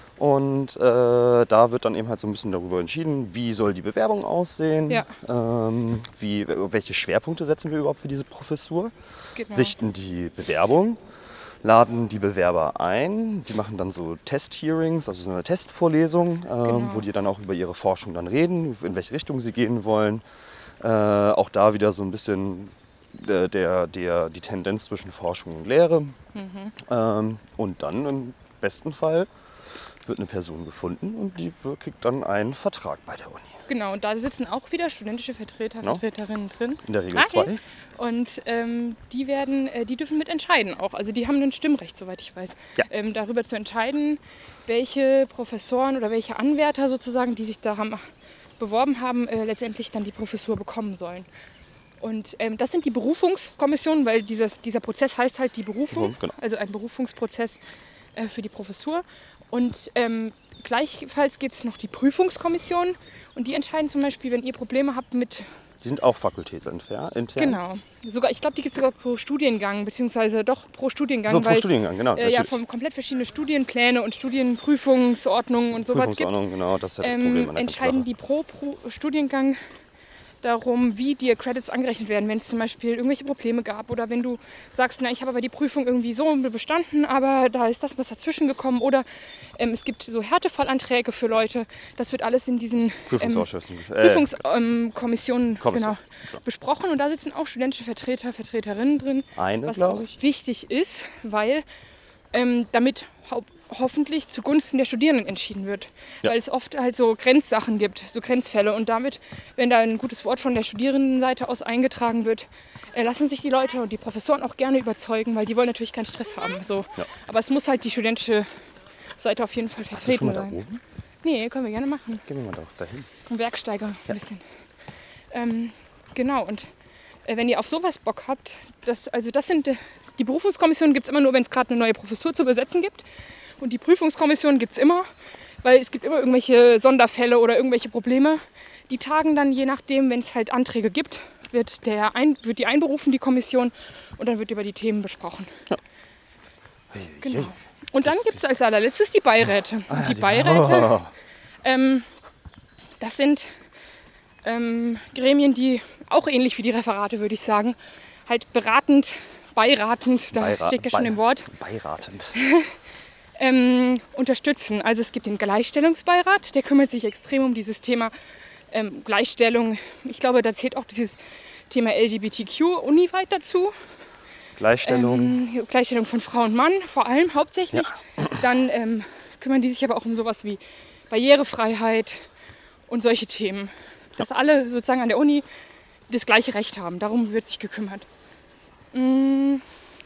Und äh, da wird dann eben halt so ein bisschen darüber entschieden, wie soll die Bewerbung aussehen, Ja. ähm, wie, welche Schwerpunkte setzen wir überhaupt für diese Professur, Genau. sichten die Bewerbung, laden die Bewerber ein, die machen dann so Test-Hearings, also so eine Testvorlesung, ähm, Genau. wo die dann auch über ihre Forschung dann reden, in welche Richtung sie gehen wollen. Äh, auch da wieder so ein bisschen äh, der, der, die Tendenz zwischen Forschung und Lehre. Mhm. Ähm, und dann im besten Fall wird eine Person gefunden und die kriegt dann einen Vertrag bei der Uni. Genau, und da sitzen auch wieder studentische Vertreter, Genau. Vertreterinnen drin. In der Regel Okay. zwei. Und ähm, die werden, äh, die dürfen mitentscheiden auch. Also die haben ein Stimmrecht, soweit ich weiß, Ja. ähm, darüber zu entscheiden, welche Professoren oder welche Anwärter sozusagen, die sich da haben, beworben haben, äh, letztendlich dann die Professur bekommen sollen. Und ähm, das sind die Berufungskommissionen, weil dieses, dieser Prozess heißt halt die Berufung, Mhm, genau. also ein Berufungsprozess äh, für die Professur. Und ähm, gleichfalls gibt es noch die Prüfungskommission und die entscheiden zum Beispiel, wenn ihr Probleme habt mit, Die sind auch fakultätsintern. intern. genau, sogar, ich glaube, die gibt es sogar pro Studiengang, beziehungsweise doch pro Studiengang, Nur pro weil es, Studiengang, genau. äh, ja, natürlich. vom komplett verschiedene Studienpläne und Studienprüfungsordnungen und sowas gibt. Prüfungsordnung, genau, das ist ja das Problem Ähm, an der ganzen entscheiden Sache. die pro, pro Studiengang darum, wie dir Credits angerechnet werden, wenn es zum Beispiel irgendwelche Probleme gab oder wenn du sagst, na, ich habe aber die Prüfung irgendwie so bestanden, aber da ist das und das dazwischen gekommen oder ähm, es gibt so Härtefallanträge für Leute. Das wird alles in diesen ähm, Prüfungsausschüssen. äh, Prüfungskommissionen Kommission, genau, genau. besprochen und da sitzen auch studentische Vertreter, Vertreterinnen drin, Eine, was glaube auch ich. wichtig ist, weil ähm, damit hau hoffentlich zugunsten der Studierenden entschieden wird. Ja. Weil es oft halt so Grenzsachen gibt, so Grenzfälle. Und damit, wenn da ein gutes Wort von der Studierendenseite aus eingetragen wird, äh, lassen sich die Leute und die Professoren auch gerne überzeugen, weil die wollen natürlich keinen Stress haben. So. Ja. Aber es muss halt die studentische Seite auf jeden Fall Hast du schon vertreten mal da sein. oben? Nee, können wir gerne machen. Gehen wir mal doch dahin. Ein Bergsteiger ein bisschen. Ähm, genau, und äh, wenn ihr auf sowas Bock habt, das, also das sind, äh, die Berufungskommission gibt es immer nur, wenn es gerade eine neue Professur zu besetzen gibt. Und die Prüfungskommission gibt es immer, weil es gibt immer irgendwelche Sonderfälle oder irgendwelche Probleme. Die tagen dann, je nachdem, wenn es halt Anträge gibt, wird, der ein, wird die einberufen, die Kommission, und dann wird über die Themen besprochen. Genau. Und dann gibt es als allerletztes die Beiräte. Und die Beiräte, Oh. ähm, das sind ähm, Gremien, die auch ähnlich wie die Referate, würde ich sagen, halt beratend, beiratend, da Beira- steckt ja schon bei- im Wort, Beiratend. ähm, unterstützen. Also es gibt den Gleichstellungsbeirat, der kümmert sich extrem um dieses Thema ähm, Gleichstellung. Ich glaube, da zählt auch dieses Thema L G B T Q uniweit dazu. Gleichstellung. Ähm, Gleichstellung von Frau und Mann, vor allem hauptsächlich. Ja. Dann ähm, kümmern die sich aber auch um sowas wie Barrierefreiheit und solche Themen. Dass alle sozusagen an der Uni das gleiche Recht haben. Darum wird sich gekümmert. Und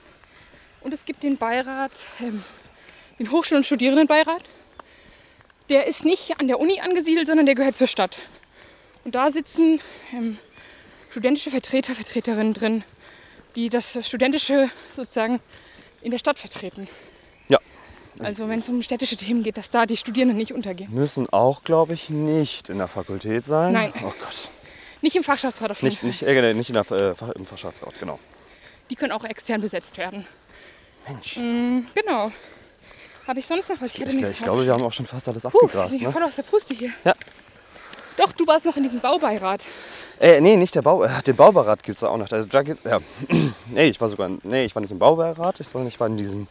es gibt den Beirat, ähm, den Hochschul- und Studierendenbeirat. Der ist nicht an der Uni angesiedelt, sondern der gehört zur Stadt. Und da sitzen ähm, studentische Vertreter, Vertreterinnen drin, die das Studentische sozusagen in der Stadt vertreten. Ja. Also wenn es um städtische Themen geht, dass da die Studierenden nicht untergehen. Müssen auch, glaube ich, nicht in der Fakultät sein. Nein. Oh Gott. Nicht im Fachschaftsrat auf jeden Nicht, Fall. nicht, äh, nicht in der, äh, Fach- im Fachschaftsrat, genau. Die können auch extern besetzt werden. Mensch. Mhm, genau. Habe ich sonst noch was? Ich, ich, ich glaube, wir haben auch schon fast alles abgegrast. Ich bin Ne? voll aus der Puste hier. Ja. Doch, du warst noch in diesem Baubeirat. Äh, nee, nicht der Bau, äh, den Baubeirat gibt es da auch noch. Also, da geht's, ja. nee, ich war sogar, nee, ich war nicht im Baubeirat, ich, sondern ich war in diesem,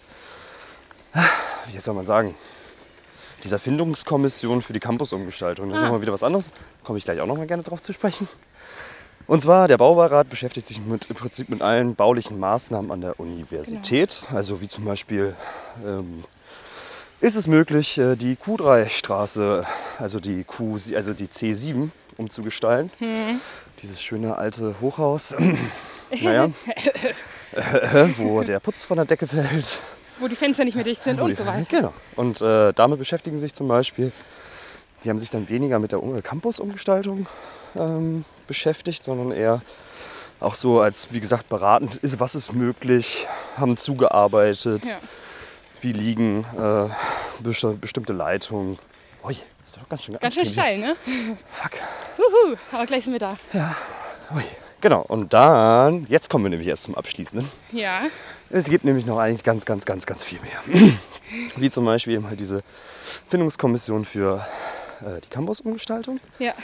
wie soll man sagen, dieser Findungskommission für die Campusumgestaltung. Das Ah. ist nochmal wieder was anderes. Komme ich gleich auch noch mal gerne drauf zu sprechen. Und zwar, der Baubeirat beschäftigt sich mit, im Prinzip mit allen baulichen Maßnahmen an der Universität. Genau. Also wie zum Beispiel, ähm, ist es möglich, äh, die Q drei Straße, also die, Q, also die C sieben, umzugestalten. Mhm. Dieses schöne alte Hochhaus, naja, wo der Putz von der Decke fällt. Wo die Fenster nicht mehr dicht sind Wo und die- so weiter. Genau. Und äh, damit beschäftigen sich zum Beispiel, die haben sich dann weniger mit der Um- Campusumgestaltung ähm, beschäftigt, sondern eher auch so als, wie gesagt, beratend, ist, was ist möglich, haben zugearbeitet, Ja. wie liegen äh, besti- bestimmte Leitungen. Ui, das ist doch ganz schön Ganz schön anstrengend steil, ne? hier. Fuck. Huhu, aber gleich sind wir da. Ui. Genau, und dann, jetzt kommen wir nämlich erst zum Abschließenden. Ja. Es gibt nämlich noch eigentlich ganz, ganz, ganz, ganz viel mehr. Wie zum Beispiel eben halt diese Findungskommission für äh, die Campusumgestaltung. Ja.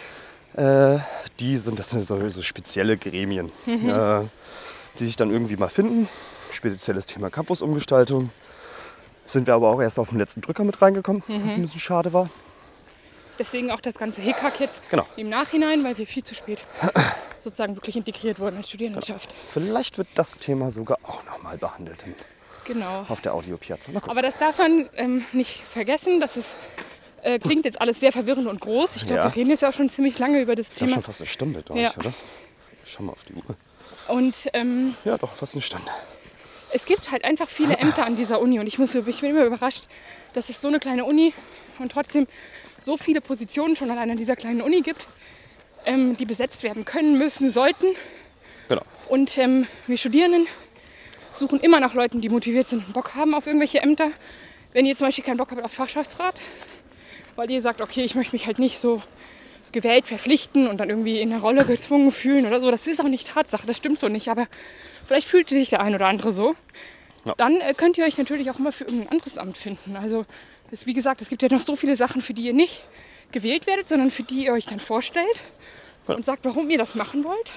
Äh, die sind, das sind so, so spezielle Gremien, Mhm. äh, die sich dann irgendwie mal finden. Spezielles Thema Campusumgestaltung. Sind wir aber auch erst auf den letzten Drücker mit reingekommen, Mhm. was ein bisschen schade war. Deswegen auch das ganze Hickhack jetzt Genau. im Nachhinein, weil wir viel zu spät sozusagen wirklich integriert wurden als Studierendenschaft. Vielleicht wird das Thema sogar auch nochmal behandelt im- Genau. auf der Audio Piazza. Mal gucken. Aber das darf man ähm, nicht vergessen. Das ist, äh, klingt jetzt alles sehr verwirrend und groß. Ich glaube, Ja. wir reden jetzt auch schon ziemlich lange über das Das ist Thema. schon fast eine Stunde, glaube Ja. ich, oder? Schau mal auf die Uhr. Und ähm, Ja, doch, fast eine Stunde. es gibt halt einfach viele Ämter an dieser Uni. Und ich, muss, ich bin immer überrascht, dass es so eine kleine Uni und trotzdem so viele Positionen schon allein an dieser kleinen Uni gibt, ähm, die besetzt werden können, müssen, sollten. Genau. Und ähm, wir Studierenden suchen immer nach Leuten, die motiviert sind und Bock haben auf irgendwelche Ämter. Wenn ihr zum Beispiel keinen Bock habt auf Fachschaftsrat, weil ihr sagt, okay, ich möchte mich halt nicht so gewählt verpflichten und dann irgendwie in eine Rolle gezwungen fühlen oder so. Das ist auch nicht Tatsache, das stimmt so nicht. Aber vielleicht fühlt sich der ein oder andere so. Ja. Dann äh, könnt ihr euch natürlich auch immer für irgendein anderes Amt finden. Also es, wie gesagt, es gibt ja noch so viele Sachen, für die ihr nicht gewählt werdet, sondern für die ihr euch dann vorstellt Ja. und sagt, warum ihr das machen wollt.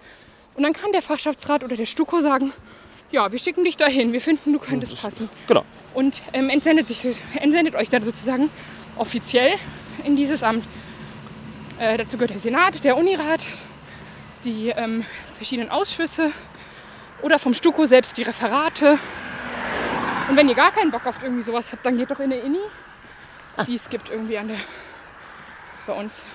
Und dann kann der Fachschaftsrat oder der STUKO sagen, ja, wir schicken dich dahin, wir finden, du könntest passen. Genau. Und ähm, entsendet, sich, entsendet euch dann sozusagen offiziell in dieses Amt. Äh, dazu gehört der Senat, der Unirat, die ähm, verschiedenen Ausschüsse oder vom STUKO selbst die Referate. Und wenn ihr gar keinen Bock auf irgendwie sowas habt, dann geht doch in der Inni, die es gibt irgendwie an der, bei uns.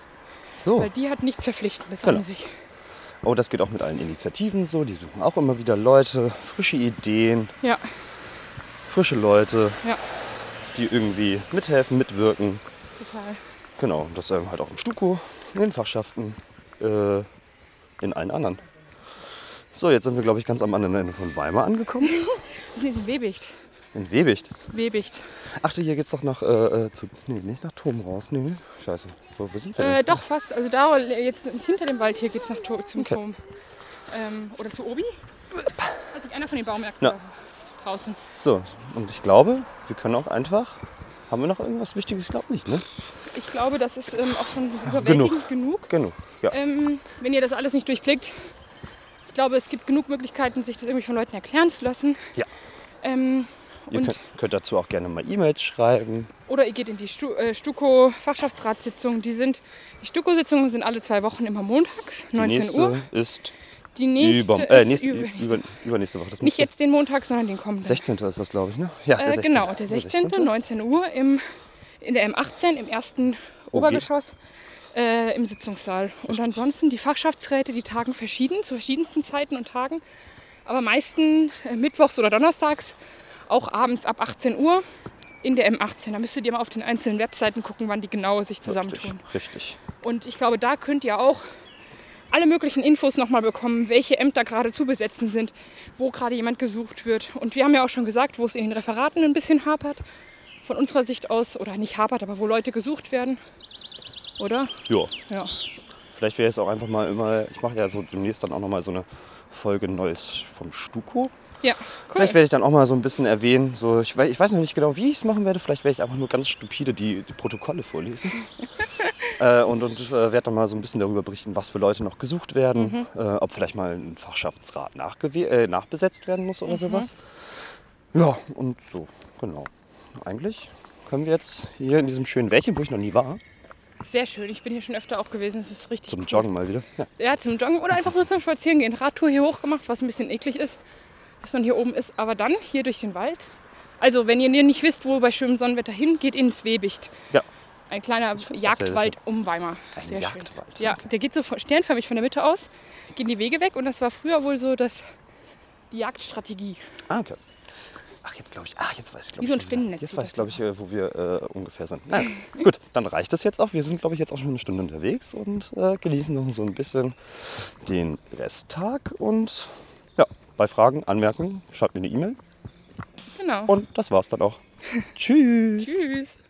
So. Weil die hat nichts Verpflichtendes Genau. an sich. Oh, das geht auch mit allen Initiativen so. Die suchen auch immer wieder Leute, frische Ideen, Ja, frische Leute, ja, die irgendwie mithelfen, mitwirken. total. Genau, und das ähm, halt auch im STUKO, in den Fachschaften, äh, in allen anderen. So, jetzt sind wir, glaube ich, ganz am anderen Ende von Weimar angekommen. Das ist in Webicht. In Webicht. Webicht. Ach, hier geht's doch nach, äh, äh, zu, nee, nicht nach Tom raus. Nee, scheiße. Wo, wo sind wir Äh, denn? doch, fast. Also da jetzt hinter dem Wald hier geht es nach to zum Okay. Turm. Ähm, oder zu Obi. Hat sich einer von den Baumärkten Ja. da draußen. So, und ich glaube, wir können auch einfach... Haben wir noch irgendwas Wichtiges? Ich glaube nicht, ne? ich glaube, das ist ähm, auch schon überwältigend genug. Genug, ja. Ähm, wenn ihr das alles nicht durchblickt. Ich glaube, es gibt genug Möglichkeiten, sich das irgendwie von Leuten erklären zu lassen. Ja. Ähm, Ihr und könnt, könnt dazu auch gerne mal E-Mails schreiben. Oder ihr geht in die Stu äh, Stuko-Fachschaftsratssitzung. Die sind, die Stuko-Sitzungen sind alle zwei Wochen immer montags, Die neunzehn nächste Uhr. ist Die nächste über, äh, ist nächste, über, über, übernächste Woche. Das nicht müsste- jetzt den Montag, sondern den kommenden. sechzehnten ist das, glaube ich, ne? Ja, der Äh, sechzehnte. genau, der sechzehnte, neunzehn Uhr im, in der M achtzehn im ersten O G. Obergeschoss äh, im Sitzungssaal. Und ansonsten die Fachschaftsräte, die tagen verschieden, zu verschiedensten Zeiten und Tagen. Aber meistens äh, mittwochs oder donnerstags, auch abends ab achtzehn Uhr in der M achtzehn. Da müsstet ihr mal auf den einzelnen Webseiten gucken, wann die genau sich zusammentun. Richtig, richtig. Und ich glaube, da könnt ihr auch alle möglichen Infos nochmal bekommen, welche Ämter gerade zu besetzen sind, wo gerade jemand gesucht wird. Und wir haben ja auch schon gesagt, wo es in den Referaten ein bisschen hapert, von unserer Sicht aus, oder nicht hapert, aber wo Leute gesucht werden, oder? Ja. Ja. Vielleicht wäre es auch einfach mal immer, ich mache ja so demnächst dann auch nochmal so eine Folge Neues vom Stuko. Ja, cool. Vielleicht werde ich dann auch mal so ein bisschen erwähnen, so, ich, we- ich weiß noch nicht genau, wie ich es machen werde, vielleicht werde ich einfach nur ganz stupide die, die Protokolle vorlesen. äh, und und äh, werde dann mal so ein bisschen darüber berichten, was für Leute noch gesucht werden, Mhm. äh, ob vielleicht mal ein Fachschaftsrat nachgewe- äh, nachbesetzt werden muss oder Mhm. sowas. Ja, und so, genau. Eigentlich können wir jetzt hier in diesem schönen Wäldchen, wo ich noch nie war, Sehr schön. Ich bin hier schon öfter auch gewesen. Es ist richtig zum cool. Joggen mal wieder. Ja. Ja, zum Joggen oder einfach so zum Spazierengehen. Radtour hier hoch gemacht, was ein bisschen eklig ist, bis man hier oben ist. Aber dann hier durch den Wald. Also wenn ihr nicht wisst, wo bei schönem Sonnenwetter hin, geht ins Webicht. Ja. Ein kleiner find's auch sehr, sehr Jagdwald um Weimar. Ein Sehr Jagdwald, schön. Ja, okay. der geht so sternförmig von der Mitte aus, gehen die Wege weg und das war früher wohl so das, die Jagdstrategie. Ah, okay. Ach, jetzt glaube ich, ach, jetzt weiß ich, glaube Wie so ein ich, wo wir- Spinnennetz Jetzt sieht weiß das ich, glaube ich, äh, wo wir äh, ungefähr sind. Naja, gut, dann reicht es jetzt auch. Wir sind, glaube ich, jetzt auch schon eine Stunde unterwegs und äh, genießen noch so ein bisschen den Resttag. Und ja, bei Fragen, Anmerkungen, schreibt mir eine E-Mail. Genau. Und das war's dann auch. Tschüss. Tschüss.